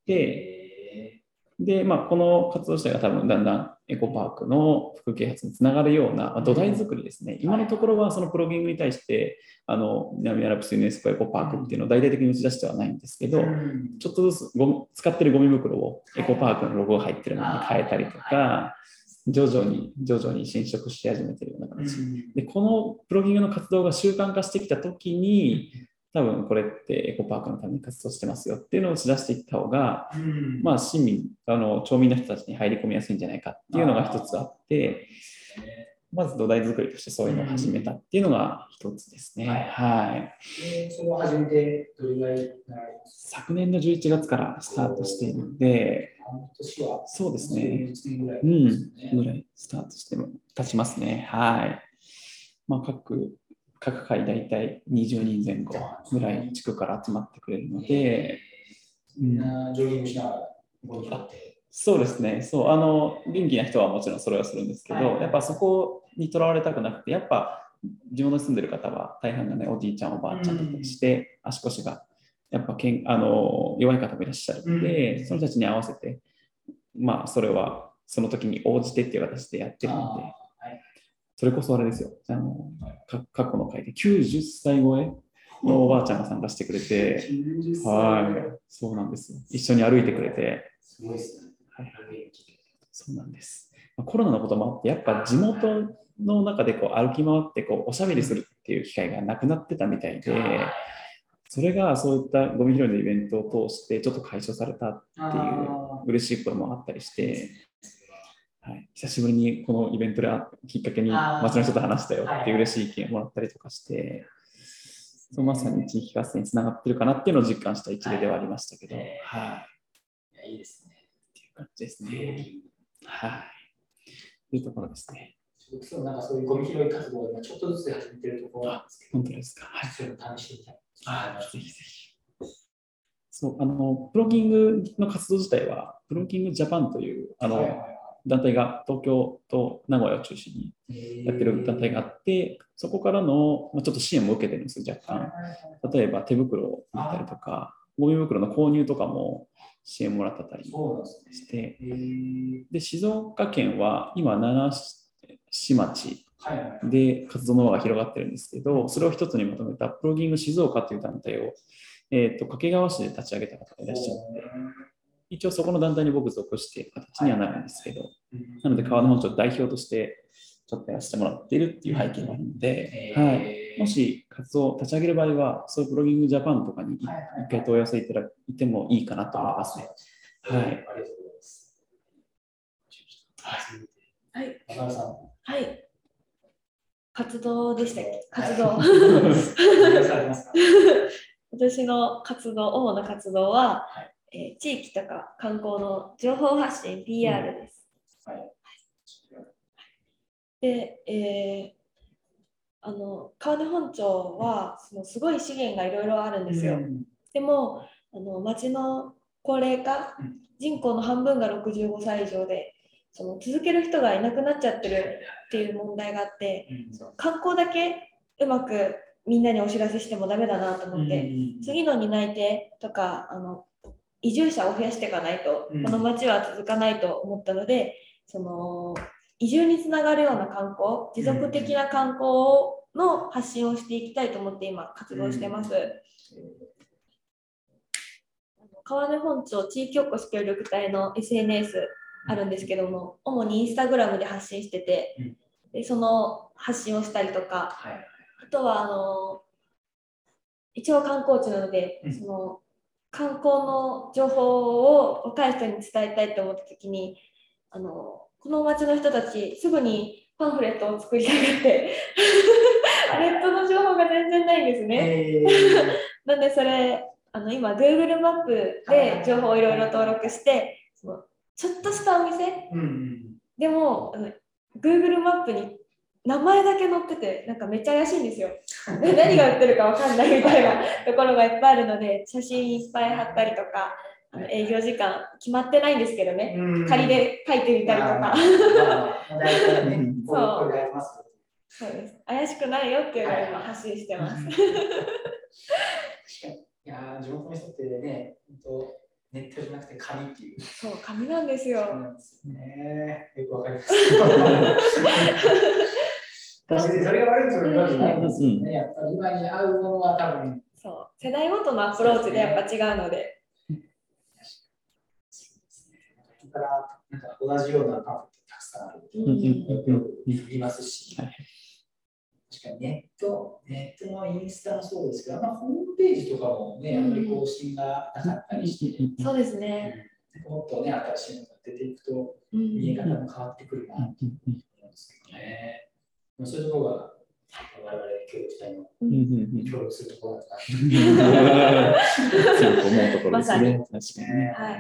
で、まあ、この活動自体が多分だんだんエコパークの副啓発につながるような、まあ、土台作りですね。うん、今のところはそのプロギングに対してあの南アルプスユネスコエコパークっていうのを大々的に打ち出してはないんですけど、うん、ちょっとずつゴミ使ってるゴミ袋をエコパークのロゴが入ってるものに変えたりとか、徐々に徐々に侵食し始めているような形、うん、でこのプロギングの活動が習慣化してきたときに、多分これってエコパークのために活動してますよっていうのを打ち出していった方が、うん、まあ市民あの町民の人たちに入り込みやすいんじゃないかっていうのが一つあって、まず土台作りとしてそういうのを始めたっていうのが一つですね。うん、はい。はい、 えー、それを始めてどれぐらいなられます？ 昨年のじゅういちがつからスタートしているので、 半年はそうですね。 ぐらい、 ね、うん、ぐらいスタートしても経ちますね。はい。まあ、各各回大体にじゅうにんぜん後ぐらい地区から集まってくれるので、 みんなジョギングしながらゴミ拾って。 そうですね。そう、あの元気な人はもちろんそれはするんですけど、はい、やっぱそこにとらわれたくなくて、やっぱ地元に住んでる方は大半がね、おじいちゃんおばあちゃんとかして、うん、足腰がやっぱけんあの弱い方もいらっしゃるので、うん、その人たちに合わせて、まあそれはその時に応じてっていう形でやってるので、はい、それこそあれですよ、あの過去の回できゅうじゅっさい超えのおばあちゃんが参加してくれて、はい、そうなんですよ。一緒に歩いてくれて、 すごいですね。はい、 そうなんです。コロナのこともあって、やっぱ地元の中でこう歩き回ってこうおしゃべりするっていう機会がなくなってたみたいで、それがそういったゴミ拾いのイベントを通してちょっと解消されたっていう嬉しいこともあったりして、はい、久しぶりにこのイベントできっかけに街の人と話したよっていう嬉しい意見をもらったりとかして、そのまさに地域活性につながってるかなっていうのを実感した一例ではありましたけど、はい。 いや、いいですね。 っていう感じですね。はい。というところですね。 そうなんかそういうゴミ拾い活動を今ちょっとずつ始めてるところなんですけど、 本当ですか。はい。 そういうの試してみたい。 ああ、ぜひぜひ。そう、あの、プロギングの活動自体は、プロギングジャパンという、あの、はいはいはい、団体が東京と名古屋を中心にやってる団体があって、そこからの、まあ、ちょっと支援も受けてるんですよ、若干。例えば手袋を売ったりとか、ゴミ袋の購入とかも支援もらったりして、で、静岡県は今なな市町で活動の輪が広がってるんですけど、それを一つにまとめたプロギング静岡という団体を、えーと、掛川市で立ち上げた方がいらっしゃって、 一応そこの団体に僕属して形にはなるんですけど、なので川根本町代表としてちょっとやらせてもらっているっていう背景があるので、はい、もし活動を立ち上げる場合は、そういうブロギングジャパンとかに一回問い合わせいただいてもいいかなと思いますね。はい。ありがとうございます。 はい。 中野さん。 はい。活動でしたっけ？活動。私の活動、主な活動は、はいえー、地域とか観光の情報発信 ピーアール です。うんはい、で、えー、あの川根本町はそのすごい資源がいろいろあるんですよ。うん、でもあの町の高齢化、人口の半分がろくじゅうごさい以上で、その続ける人がいなくなっちゃってるっていう問題があって、うん、その観光だけうまくみんなにお知らせしてもダメだなと思って、うん、次の担い手とかあの移住者を増やしていかないと、うん、この町は続かないと思ったので、その移住につながるような観光、持続的な観光の発信をしていきたいと思って今活動してます。うん、川根本町地域おこし協力隊の エスエヌエスあるんですけども、主にインスタグラムで発信してて、でその発信をしたりとか、はい、あとはあの一応観光地なので、うん、その観光の情報を若い人に伝えたいと思った時に、あのこの町の人たちすぐにパンフレットを作りたがってネットの情報が全然ないんですね。なのでそれあの今 Google マップで情報をいろいろ登録して、そのちょっとしたお店、うん、でもあの Google マップに名前だけ載っててなんかめっちゃ怪しいんですよ。で何が売ってるかわかんないみたいなところがいっぱいあるので、写真いっぱい貼ったりとか、あの営業時間決まってないんですけどね、仮で書いてみたりとか。そうです。怪しくないよっていうのを今発信してます。確かに。いや地元の人ってね、本当ネットじゃなくて紙っていう。 そう、紙なんですよ。そうなんですね。よくわかります。確かにそれが悪いというわけじゃないんですよね。やっぱり今に合うものは多分。 そう、世代ごとのアプローチでやっぱ違うので。 だからなんか同じようなパンフってたくさんある。よく見ますし。確かにネット、ネットのインスタもそうですけど、まあ、ホームページとかもね、あんまり更新がなかったりして、 そうですね。 もっとね、新しいものが出ていくと、見え方も変わってくるなと思うんですけどね。そういうところが我々協力隊の協力するところだった。 強く思うところですね。 確かに。はい。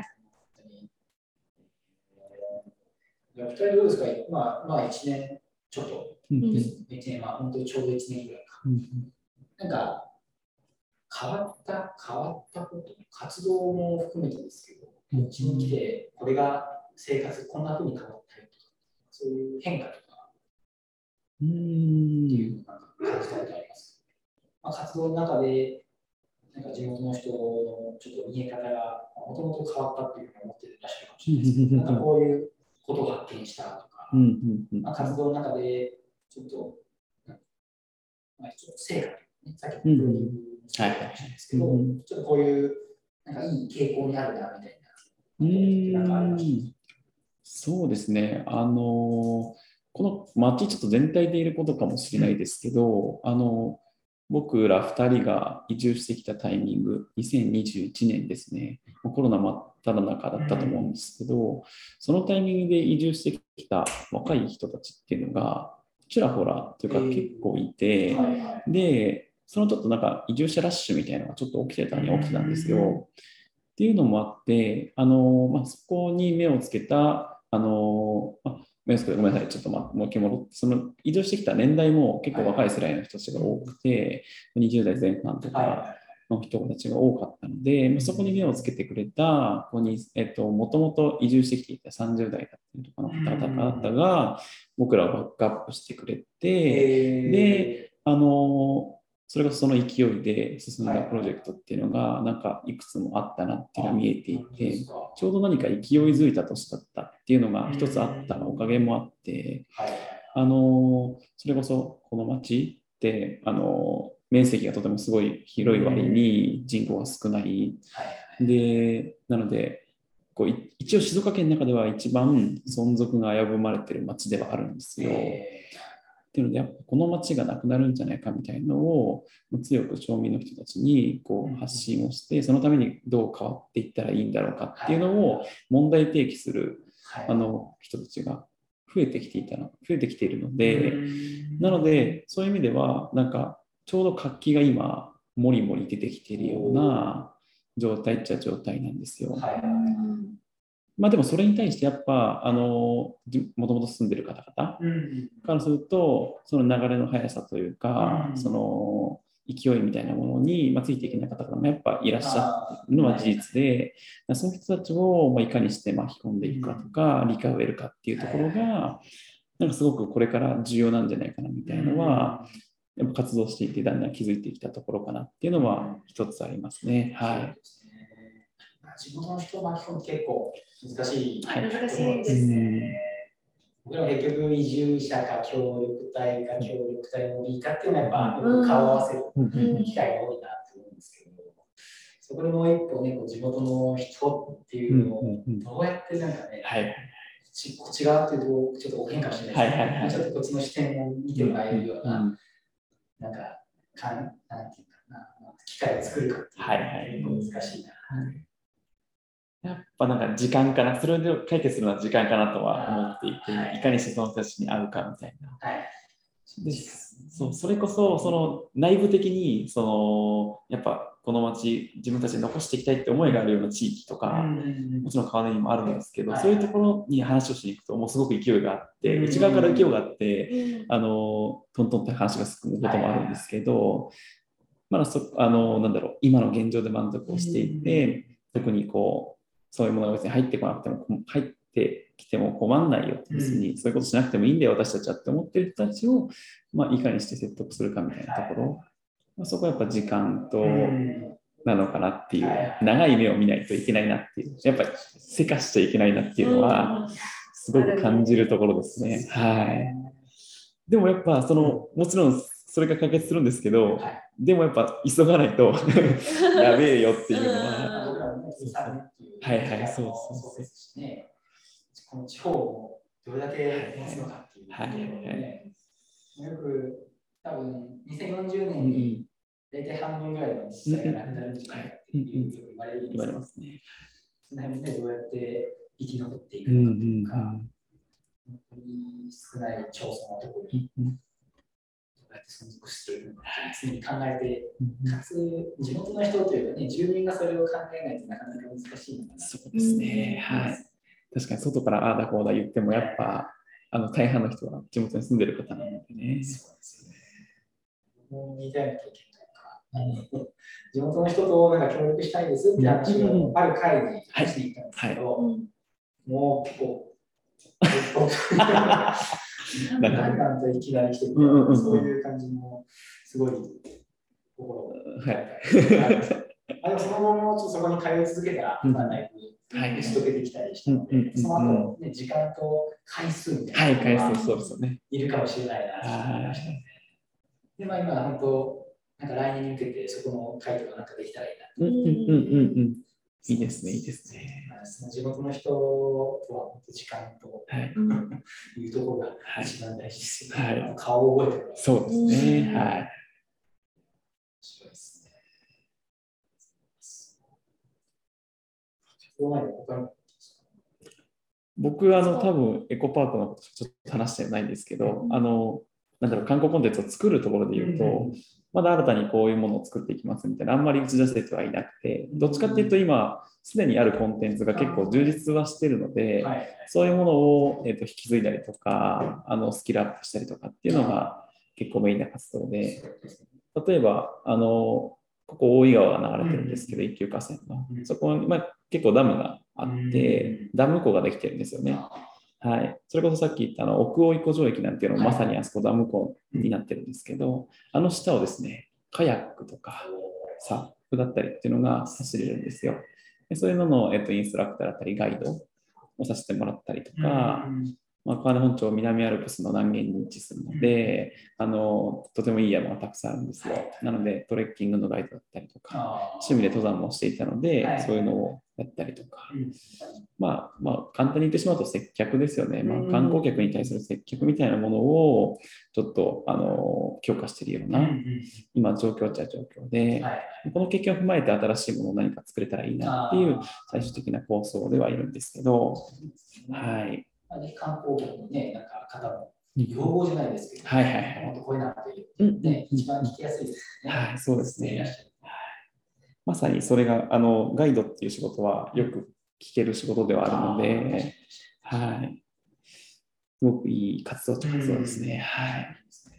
ふたりどうですか、まあ、まあいちねんちょっとです、うん、いちねん、まあ本当にちょうどいちねんぐらいか。うん、なんか変わった、変わったこと、活動も含めてですけど、うちに来てこれが生活こんな風に変わったりとか、そういう変化とか、うん、っていうなんか感じたことあります。まあ、活動の中で、なんか地元の人のちょっと見え方がもともと変わったっていうふうに思っていらっしゃるかもしれないですけど、なんかこういうことを発見したとか、うんうんうんまあ、活動の中でちょっと、まあ、ちょっと成果、ね、さっきのプロデュースかもしれないですけど、うん、ちょっとこういうなんかいい傾向にあるなみたいな、なんかありました。 そうですね、あのこの町ちょっと全体でいることかもしれないですけど、あの僕らふたりが移住してきたタイミング、にせんにじゅういちねんですね、コロナ真っ只中だったと思うんですけど、そのタイミングで移住してきた若い人たちっていうのが、ちらほらというか結構いて、で、そのちょっとなんか移住者ラッシュみたいなのがちょっと起きてたに起きてたんですよ。っていうのもあって、あのまあ、そこに目をつけた、あのまあごめんなさい、ちょっともう一回戻って、その移住してきた年代も結構若い世代の人たちが多くて、はい、にじゅう代前半とかの人たちが多かったので、はい、そこに目をつけてくれた、ここに、えっと、もともと移住してきていたさんじゅう代だったりとかの方々が、僕らをバックアップしてくれて、で、あの、それがその勢いで進んだプロジェクトっていうのがなんかいくつもあったなっていうのが見えていて、ちょうど何か勢いづいた年だったっていうのが一つあったおかげもあって、あのそれこそこの町ってあの面積がとてもすごい広い割に人口が少ないで、なのでこう一応静岡県の中では一番存続が危ぶまれている町ではあるんですよ。っていうので、やっぱこの町がなくなるんじゃないかみたいなのを強く町民の人たちにこう発信をして、そのためにどう変わっていったらいいんだろうかっていうのを問題提起するあの人たちが増えてきていたの、増えてきているので、なので、そういう意味では、なんかちょうど活気が今、もりもり出てきているような状態っちゃ状態なんですよ。はい、まあでもそれに対してやっぱあのもともと住んでる方々からするとその流れの速さというか、その勢いみたいなものに、まあ、ついていけない方々もやっぱいらっしゃるのは事実で、そういう人たちをまあいかにして巻き込んでいくかとか理解を得るかっていうところがなんかすごくこれから重要なんじゃないかなみたいなのはやっぱ活動していてだんだん気づいてきたところかなっていうのは一つありますね。はい。 地元の人を巻き込む結構難しい、 はい、難しいですね。 僕らも結局移住者か協力隊か協力隊の B かっていうのはやっぱ顔を合わせる機会が多いなと思うんですけど、そこでもう一歩ね、こう地元の人っていうのをどうやってなんかね、はい、こっち側っていうとちょっとお変かもしれないですけど、はいはいはい、ちょっとこっちの視点を見てもらえるような、うん、なんか、かんなんていうかな、機会を作るかっていうのが難しいな。はいはい、 やっぱなんか時間かな、それを解決するのは時間かなとは思っていて、はい、いかにしてその人たちに会うかみたいな。はい、でそうそれこそ、その内部的にそのやっぱこの町、自分たちで残していきたいって思いがあるような地域とか、もちろん川根にもあるんですけど、はい、そういうところに話をしに行くと、もうすごく勢いがあって、内側から勢いがあって、あのトントンって話が進むこともあるんですけど、まだそあのなんだろう、今の現状で満足をしていて、特にこう、そういうものが別に入ってこなくても、入ってきても困んないよって別に、そういうことしなくてもいいんだよ、私たちはって思ってる人たちを、まあ、いかにして説得するかみたいなところ、まあ、そこはやっぱ時間と、なのかなっていう、長い目を見ないといけないなっていう、やっぱりせかしちゃいけないなっていうのは、すごく感じるところですね。はい。でもやっぱ、その、もちろんそれが解決するんですけど、でもやっぱ急がないとやべえよっていうのは。はいはい、そうそうですね。この地方をどれだけ持つのかっていうところで、よく多分にせんよんじゅうねんに大体半分ぐらいの自治体がなくなるんじゃないかっていうふうに言われるんですけど、その辺でどうやって生き残っていくのかというか、本当に少ない町村のところにどうやって存続していくのか常に考えて、かつ地元の人というかね、住民がそれを考えないとなかなか難しいのかな。 そうですね。はい。確かに外からああだこうだ言ってもやっぱあの大半の人は地元に住んでる方なのでね。 そうですね。もう似たような経験というか、地元の人となんか協力したいですって話をある会にしに行ったんですけど、はいはい、もう結構、何なんといきなり来てくれる、そういう感じもすごい心をはい。 あでもその後もちょっとそこに通い続けたら、まあ、だいぶ打ち解けてきたりしたので、その後、ね、時間と回数みたいなのが、はい、そうですよね、いるかもしれないなと思いましたね。で、まあ今、本当、なんか来年に向けてそこの会とかなんかできたらいいなと。 うんうんうんうん。いいですね、いいですね。 その地元の人とは本当時間と、はい、いうところが一番大事ですよね。はい、顔を覚えてる。 そうですね。はい。面白いですね。僕、あの、多分エコパークのことちょっと話してないんですけど、うん、あの、なんだろう、観光コンテンツを作るところで言うと、うん、まだ新たにこういうものを作っていきますみたいな、あんまり打ち出せてはいなくて、どっちかっていうと今、すでにあるコンテンツが結構充実はしているので、はい、そういうものを、えー、と引き継いだりとか、あのスキルアップしたりとかっていうのが結構メインな活動で、例えば、あの、ここ大井川が流れてるんですけど、一級河川の。そこに、まあ、結構ダムがあって、ダム湖ができてるんですよね。はい。それこそさっき言ったあの奥大井湖上駅なんていうのもまさにあそこダム湖になってるんですけど、あの下をですね、カヤックとかサップだったりっていうのが走れるんですよ。でそういうのの、えっと、インストラクターだったりガイドをさせてもらったりとか、 まあ、川根本町南アルプスの南限に位置するので、あのとてもいい山がたくさんあるんですよ。なのでトレッキングのガイドだったりとか、趣味で登山もしていたので、そういうのをやったりとか、まあ、まあ簡単に言ってしまうと接客ですよね。まあ、観光客に対する接客みたいなものをちょっとあの強化しているような、今状況っちゃ状況で、この経験を踏まえて新しいものを何か作れたらいいなっていう最終的な構想ではいるんですけど、はい。 観光客のね、なんか方も要望じゃないですけど、 はいはいはい。 本当こういうのっていうね、一番聞きやすいですね。 はい、そうですね。まさにそれがあのガイドっていう仕事はよく聞ける仕事ではあるので、はい。すごくいい活動と活動ですね。はい。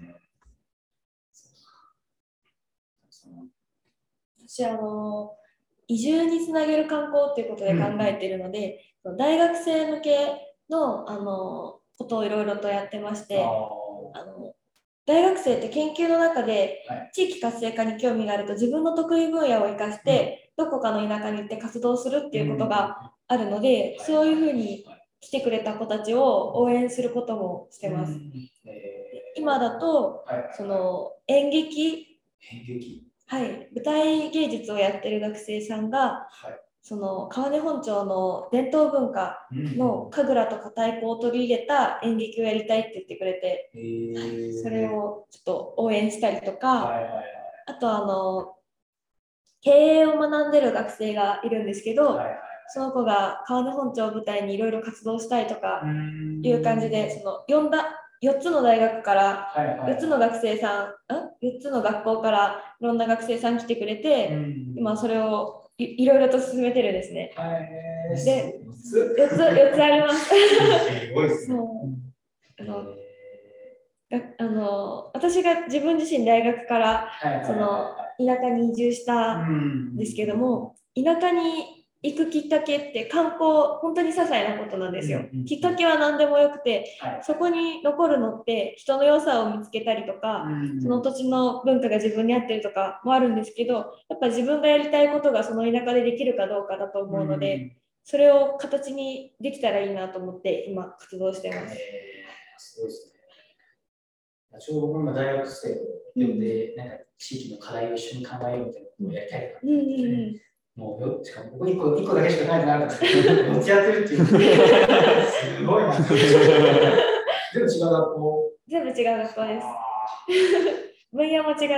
私あの移住につなげる観光っていうことで考えているので、うん、大学生向けのあのことをいろいろとやってまして、あの大学生って研究の中で地域活性化に興味があると自分の得意分野を生かしてどこかの田舎に行って活動するっていうことがあるので、そういうふうに来てくれた子たちを応援することもしてます。今だとその演劇、はい、舞台芸術をやってる学生さんが、その川根本町の伝統文化の神楽とか太鼓を取り入れた演劇をやりたいって言ってくれて、はい、それをちょっと応援したりとか、あとあの経営を学んでる学生がいるんですけど、その子が川根本町を舞台にいろいろ活動したいとかいう感じで、その呼んだよっつの大学からよっつの学生さん、よっつの学校からいろんな学生さん来てくれて、今それをい, いろいろと進めてるんですね。で、よっつ、よっつあります。すごいですね。あのあの私が自分自身大学からその田舎に移住したんですけども、田舎に行くきっかけって観光、本当に些細なことなんですよ。きっかけは何でもよくて、そこに残るのって人の良さを見つけたりとか、その土地の文化が自分に合ってるとかもあるんですけど、やっぱ自分がやりたいことがその田舎でできるかどうかだと思うので、それを形にできたらいいなと思って今活動してます。 すごいですね。ちょうど僕も大学生を呼んで、うん、なんか地域の課題を一緒に考えようみたいなことをやりたいとか、うんうんうん、もうよしかも僕いっこ、いっこだけしかないなとか、よっつやってるっていう、すごいな。全部違う学校。 全部違う学校です。分野も違って。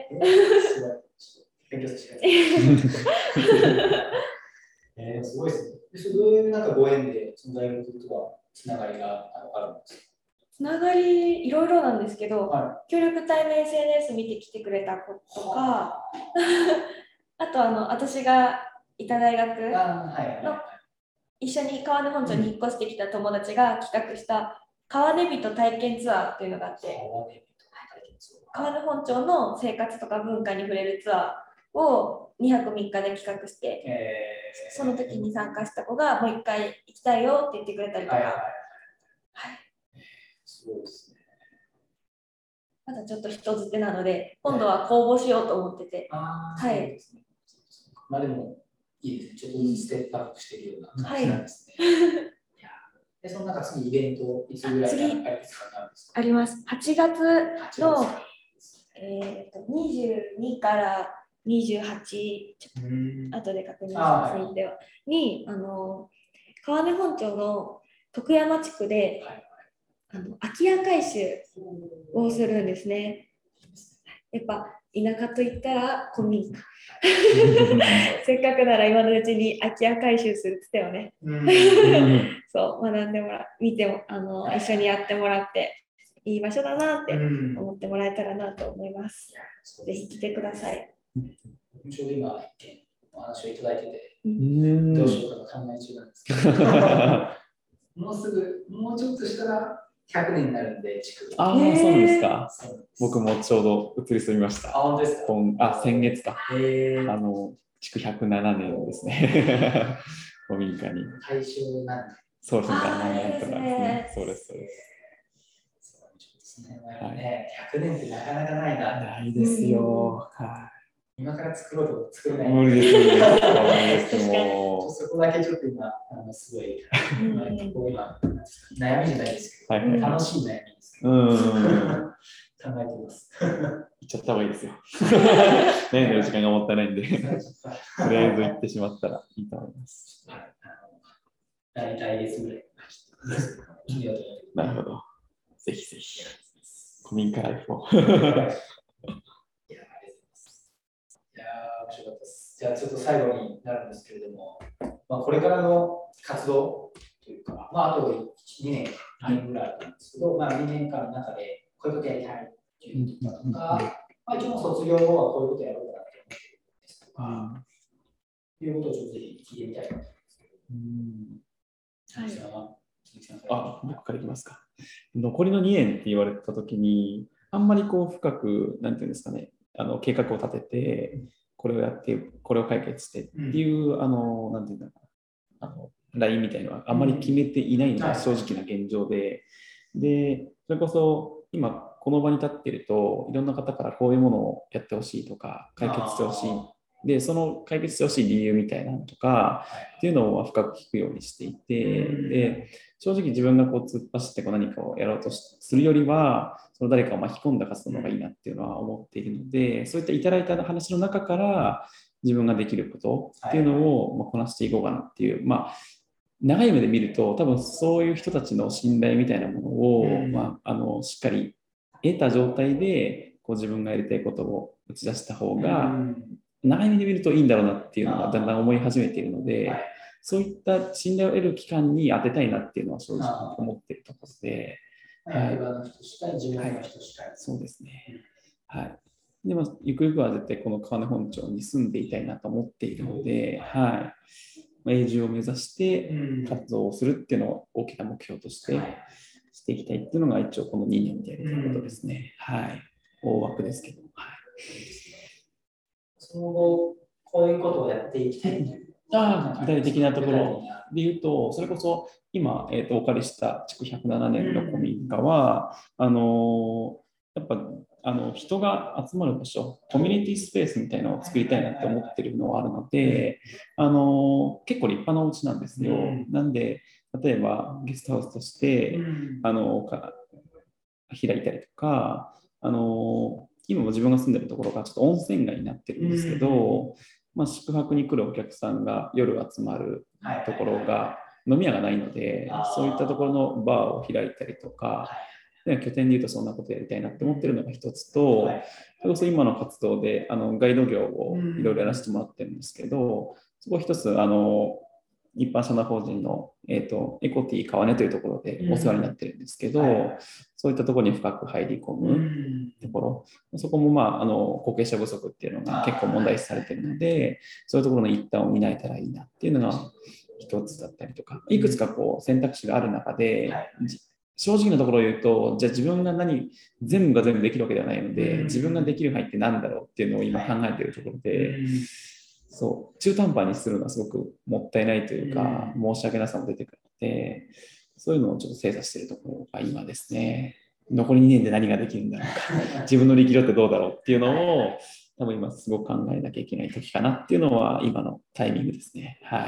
すごい。勉強させてください。えー、すごいですね。そういうなんかご縁で、その大学とはつながりがあるんですか？ つながりいろいろなんですけど、はい、協力隊の エスエヌエス 見てきてくれた子とか、あとあの私がいた大学の一緒に川根本町に引っ越してきた友達が企画した川根人体験ツアーっていうのがあって、川根本町の生活とか文化に触れるツアーをにはくみっかで企画して、えー、その時に参加した子がもう一回行きたいよって言ってくれたりとか、はいはいはい、 そうですね。 まだちょっと人づてなので、今度は公募しようと思ってて。 あはい。まあでも、いいですね。ちょっとずつステップアップしているような感じなんですね。はい、いやで、その中次イベント、いつぐらいにありますか？ あります。はちがつの、えー、とにじゅうにからにじゅうはち、ちょっと後で確認しますのでは、に、あの、川根本町の徳山地区で、はい、あの空き家改修をするんですね。やっぱ田舎といったら古民家。せっかくなら今のうちに空き家改修するって言ったよね。そう学んでもら見てもあの一緒にやってもらっていい場所だなって思ってもらえたらなと思います。ぜひ来てください。 ちょうど今お話をいただいてて、どうしようかと考え中なんですけど、もうすぐもうちょっとしたらひゃくねんになるんで、地区。 ああ、そうですか。僕もちょうど移り住みました。 あ、本当ですか。 あ、先月か。あの、築ひゃくななねんですね。古民家に。 大正何年。 そうですね。なんとかですね。そうです、そうです。 そうですね。はい。ひゃくねんってなかなかないな。 ないですよ。はい。 今から作ろうと作れない。 無理です、無理です。もうそこだけちょっと今、あのすごい、まあ、結構今、悩みじゃないですけど、はいはい、楽しい悩みですけど、うん考えてます。 言っちゃった方がいいですよ。悩んでる時間がもったいないんで、とりあえず言ってしまったらいいと思います。 大体ですぐらい。 なるほど。ぜひぜひ。古民家ライフを。 いやー、面白かったです。じゃあ、ちょっと最後になるんですけれども、まあ、これからの活動というか、まあ、あとにねんぐらいなんですけど、まあ、にねんかんの中でこういうことやりたいっていうこととか、まあ、一応卒業後はこういうことやろうかなって思ってるんですとか、ということをちょっとぜひ聞いてみたいと思いますけど。 はい。 あ、僕からいきますか。残りのにねんって言われたときに、あんまりこう深く、なんていうんですかね、あの計画を立てて、これをやって、これを解決してっていう、うん、あの、なんていうんだろうな、あの、ラインみたいなのはあんまり決めていないのが正直な現状で、で、それこそ今、この場に立っていると、いろんな方からこういうものをやってほしいとか、解決してほしい。で、その解決してほしい理由みたいなのとか、っていうのを深く聞くようにしていて、で、正直自分がこう突っ走ってこう何かをやろうとするよりは、その誰かを巻き込んだ活動の方がいいなっていうのは思っているので、そういったいただいた話の中から自分ができることっていうのをまあこなしていこうかなっていう、まあ、長い目で見ると多分そういう人たちの信頼みたいなものを、まあ、あのしっかり得た状態でこう自分がやりたいことを打ち出した方が、長い目で見るといいんだろうなっていうのがだんだん思い始めているので、そういった信頼を得る期間に当てたいなっていうのは正直思っているところで、 はい、 そうですね。はい。でも、ゆくゆくは絶対この川根本町に住んでいたいなと思っているので、はい。永住を目指して活動をするっていうのを大きな目標としてしていきたいっていうのが一応このにねんでやりたいことですね。はい。大枠ですけど。はい。 その後、こういうことをやっていきたいという。 ああ、具体的なところで言うと、それこそ今、えー、とお借りした築ひゃくななねんの古民家は、うん、あのやっぱあの人が集まる場所、コミュニティスペースみたいなのを作りたいなって思ってるのはあるので、あの結構立派なお家なんですよ。うん、なんで、例えばゲストハウスとして、うん、あのか開いたりとか、あの今も自分が住んでるところがちょっと温泉街になってるんですけど、うんまあ、宿泊に来るお客さんが夜集まるところが飲み屋がないので、そういったところのバーを開いたりとか、拠点でいうとそんなことやりたいなって思ってるのが一つと、それこそ今の活動であのガイド業をいろいろやらせてもらってるんですけど、そこ一つあの一般社団法人の、えーと、エコティ川根というところでお世話になってるんですけど、うんはい、そういったところに深く入り込むところ、うん、そこも、まあ、あの後継者不足っていうのが結構問題視されてるので、そういうところの一端を担えたらいいなっていうのが一つだったりとか、いくつかこう選択肢がある中で、はい、正直なところを言うと、じゃあ自分が何、全部が全部できるわけではないので、自分ができる範囲って何だろうっていうのを今考えているところで、そう中途半端にするのはすごくもったいないというか、申し訳なさも出てくるので、そういうのをちょっと精査しているところが今ですね。残りにねんで何ができるんだろうか、自分の力量ってどうだろうっていうのを、多分今すごく考えなきゃいけない時かなっていうのは今のタイミングですね。はい。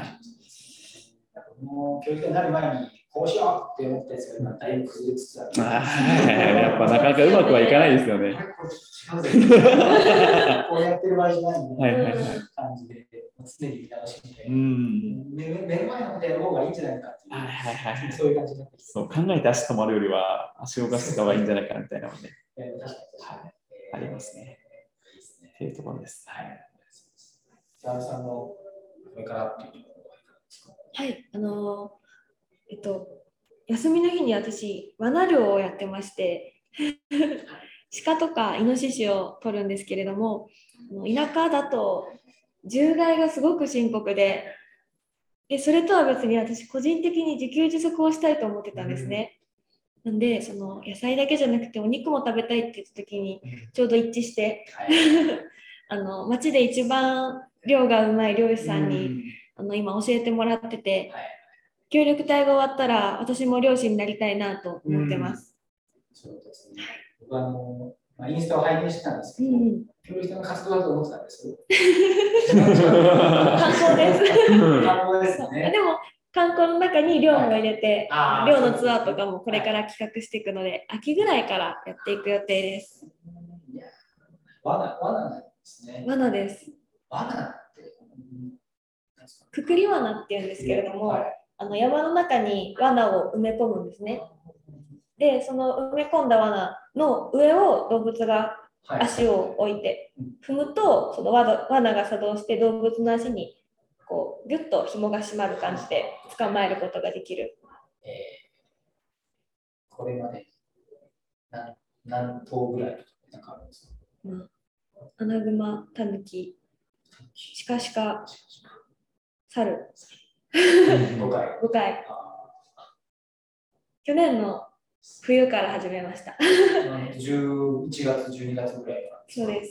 もう教育になる前にこうしようって思ったやつが今だいぶ崩れつつある。 やっぱなかなかうまくはいかないですよね。 こうやってる場合じゃないみたいな感じで、常に見直しみたいな。目の前のことやる方がいいんじゃないかっていう、そういう感じになってきて。 そう考えて足止まるよりは足を動かした方がいいんじゃないかみたいなのね。ありますね。っていうところです。はい。 澤田さんのこれからっていうところははい、あのえっと休みの日に私罠猟をやってまして鹿とかイノシシを取るんですけれども、田舎だと獣害がすごく深刻で、でそれとは別に私個人的に自給自足をしたいと思ってたんですね。うん、なんでその野菜だけじゃなくてお肉も食べたいって言った時にちょうど一致して、あの町で一番漁がうまい漁師さんに、うん、あの今教えてもらってて、協力隊が終わったら私も漁師になりたいなと思ってます。 うん、そうですね。僕はあのまあ、インスタを拝見してたんですけど、 うん、 協力隊の活動だと思ってたんですよ。 観光です。 観光ですね。 でも観光の中に寮も入れて、 はい、 寮のツアーとかもこれから企画していくので、はい、秋ぐらいからやっていく予定です。 罠、罠なんですね。 罠です。 罠ってくくり罠っていうんですけれども、はい、あの山の中に罠を埋め込むんですね。で、その埋め込んだ罠の上を動物が足を置いて踏むと、その罠が作動して動物の足にこうギュッと紐が締まる感じで捕まえることができる。えー、これまで 何, 何頭ぐらいなんかあるんですか？ うん、アナグマ、タヌキ、シカシカ、猿。 ごかい。 ごかい。去年の冬から始めました。 じゅういちがつ、じゅうにがつぐらいから。 そうです。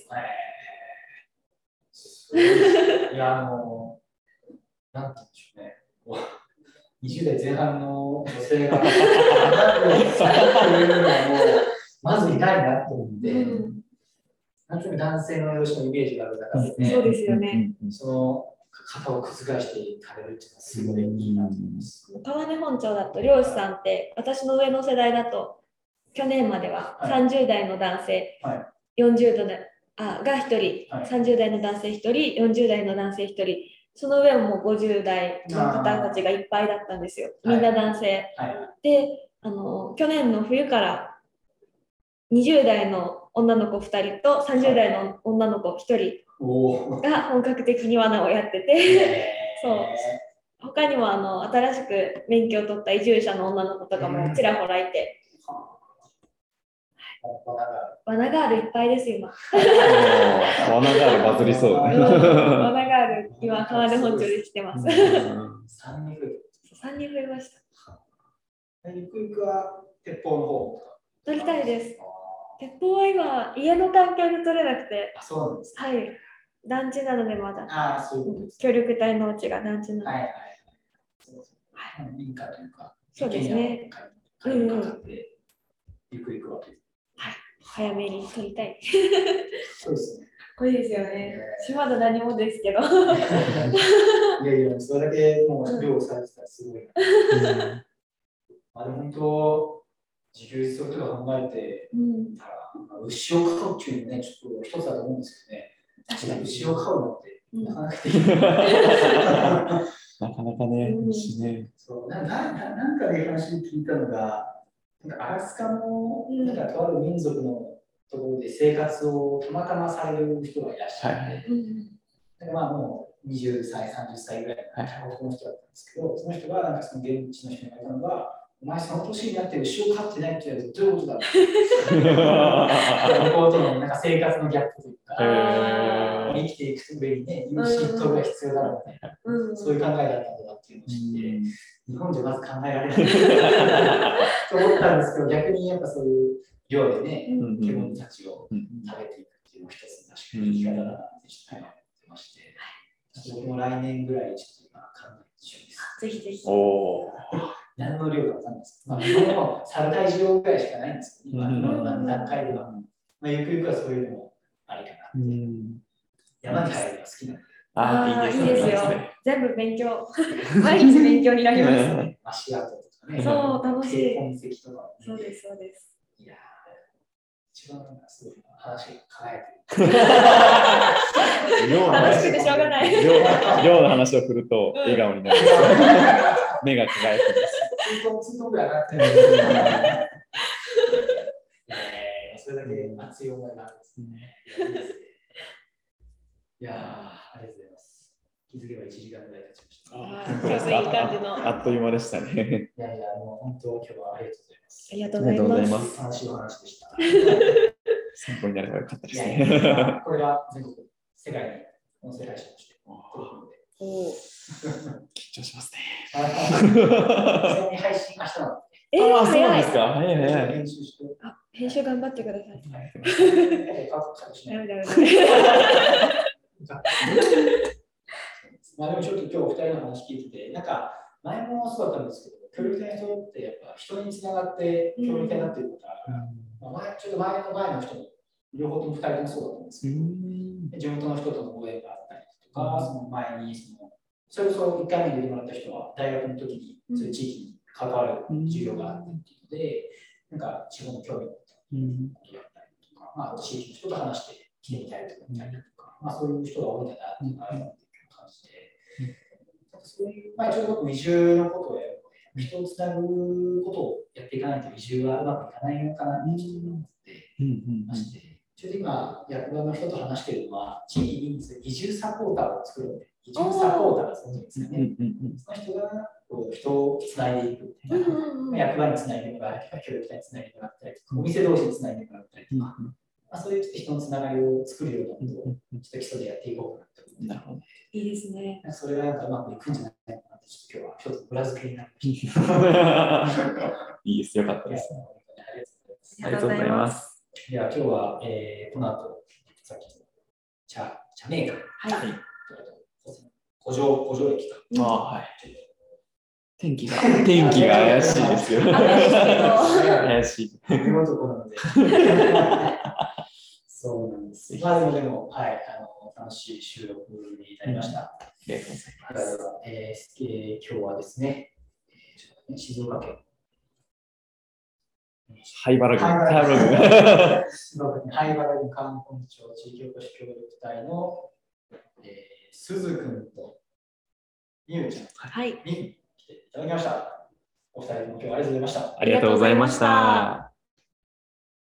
えー、いや、あの、なんて言うんでしょうね。にじゅう代前半の女性が、というのはもう、まずいないなと思って、うん、なんとなく男性の容姿のイメージがある中で、 ね、そうですよね。 その型を覆していかれるっていうのはすごいいいなと思います。 川根本町だと漁師さんって私の上の世代だと去年まではさんじゅう代の男性、はい、よんじゅう代あがひとり、はい、さんじゅう代の男性ひとり、よんじゅう代の男性ひとり、その上もごじゅう代の方たちがいっぱいだったんですよ。みんな男性。はいはい、であの、去年の冬からにじゅう代の女の子ふたりとさんじゅう代の女の子ひとりが本格的に罠をやってて、そう他にもあの新しく免許を取った移住者の女の子とかもちらほらいて、罠ガールいっぱいです今。 罠ガールバズりそうだね。 罠ガール今川根本町で来てます。 さんにん増えさんにん増えました。 ゆくゆくは鉄砲の方取りたいです。鉄砲は今家の環境で取れなくて。 あ、そうなんですか。はい。団地なのでまだ。 ああ、そういうことです。 協力隊のうちが団地なので。 はいはい。はい。民家というか、 そうですね。 うんうん。ゆくゆくは。 はい。早めに取りたい。 そうですね。 これですよね。島田何もですけど。いやいや、それだけもう量されてたらすごい。まあでも本当、自給自足とか考えてたら、うん、牛を飼うっていうのはね、ちょっと一つだと思うんですけどね。確かに牛を飼うのって、うん、なかなかできない。 なかなかね、牛ね。 そうなななんかで話聞いたのが、なんかアラスカの、なんかとある民族のところで生活をたまたまされる人がいらっしゃって、はい、だからまあもうにじゅっさい、さんじゅっさいぐらいの男の人だったんですけど、その人がなんかその現地の人に言われたのが、お前その年になって牛を飼ってないって言われてどういうことだろう向こうとのなんか生活のギャップというか、生きていく上にね、牛とが必要だろうね、うん、そういう考えだったんだっていうのを知って、うん、日本じゃまず考えられないと思ったんですけど、逆にやっぱそういう量でね、うん、獣たちを食べていくっていうのも一つの確かに生き方だなって思ってまして、僕も来年ぐらいちょっと今考えて中です。 ぜひぜひ。 お何の量かわかんないです。まあ、日本の猿体重量ぐらいしかないんですけど、今の段階では、まあ、ゆくゆくはそういうのもありかな。山に入るのが好きなので。 ああ、いいですよ。全部勉強。毎日勉強になります。 足跡とかね。 そう、楽しい。 痕跡とか。 そうです、そうです。 いや一番なんかすごい話が輝いてる。 楽しくてしょうがない。 量の話を振ると笑顔になる。目が輝くんです。 ツントンぐらい上がってる。それだけ熱い思いがあるんですね。いやー、ありがとうございます。気づけばいちじかんぐらい経ちました。 あいい感じの。 あっという間でしたね。 いやいや、もう本当、今日はありがとうございます。 ありがとうございます。 楽しいお話でした。 参考になればよかったですね。 これが全国、世界に、この世界史として。 お緊張しますね。 ちなみに配信明日なの。 えー、 ああ、そうなんですか。早い早い。 編集して。あ、編集頑張ってください。 まあでもちょっと今日ふたりの話聞いてて、なんか前もそうだったんですけど、協力隊の人ってやっぱ人につながって協力隊になっていることがあるから、まあ、前ちょっと前の前の人も両方ともふたりともそうだったんですけど、地元の人とのご縁があったりとか、その前にその、それこそいっかいめに出てもらった人は、大学の時にそういう地域に関わる授業があったっていうので、なんか地方の興味を持ったことだったりとか、まあ、地域の人と話して来てみたいとか、まあ、そういう人が多いんだなっていう感じで、そういう、まあ、ちょうど移住のことをやるので、人をつなぐことをやっていかないと移住はうまくいかないのかなってちょっと思ってまして、ちょうど今、役場の人と話しているのは、地域に移住サポーターを作るので、移住サポーターが存在ですよね。その人がこう人をつないでいくみたいな、役場につないでもらったりとか、協力隊につないでもらったりとか、お店同士につないでもらったりとか、まあ、そういう人のつながりを作るようなことを、ちょっと基礎でやっていこうかなと思って。なるほど。 いいですね。 それがなんかうまくいくんじゃないかなって、ちょっと今日は一つ裏付けになりました。 いいです、よかったです。 ありがとうございます。 では今日は、えー、この後、さっきの茶、茶メーカー。はい。古城、古城駅か。 ああ、はい。天気が、天気が怪しいですよ。怪しい。 怪しい。いうところなので。そうなんです。まあでもでも、はい、あの楽しい収録になりました。ありがとうございます。 えーえー、今日はですね、静岡県。 灰原郡。 灰原郡。灰原郡観光庁地域おこし協力隊の、えー、鈴君とみゆちゃんに来ていただきました。お二人とも今日はありがとうございました。 ありがとうございました。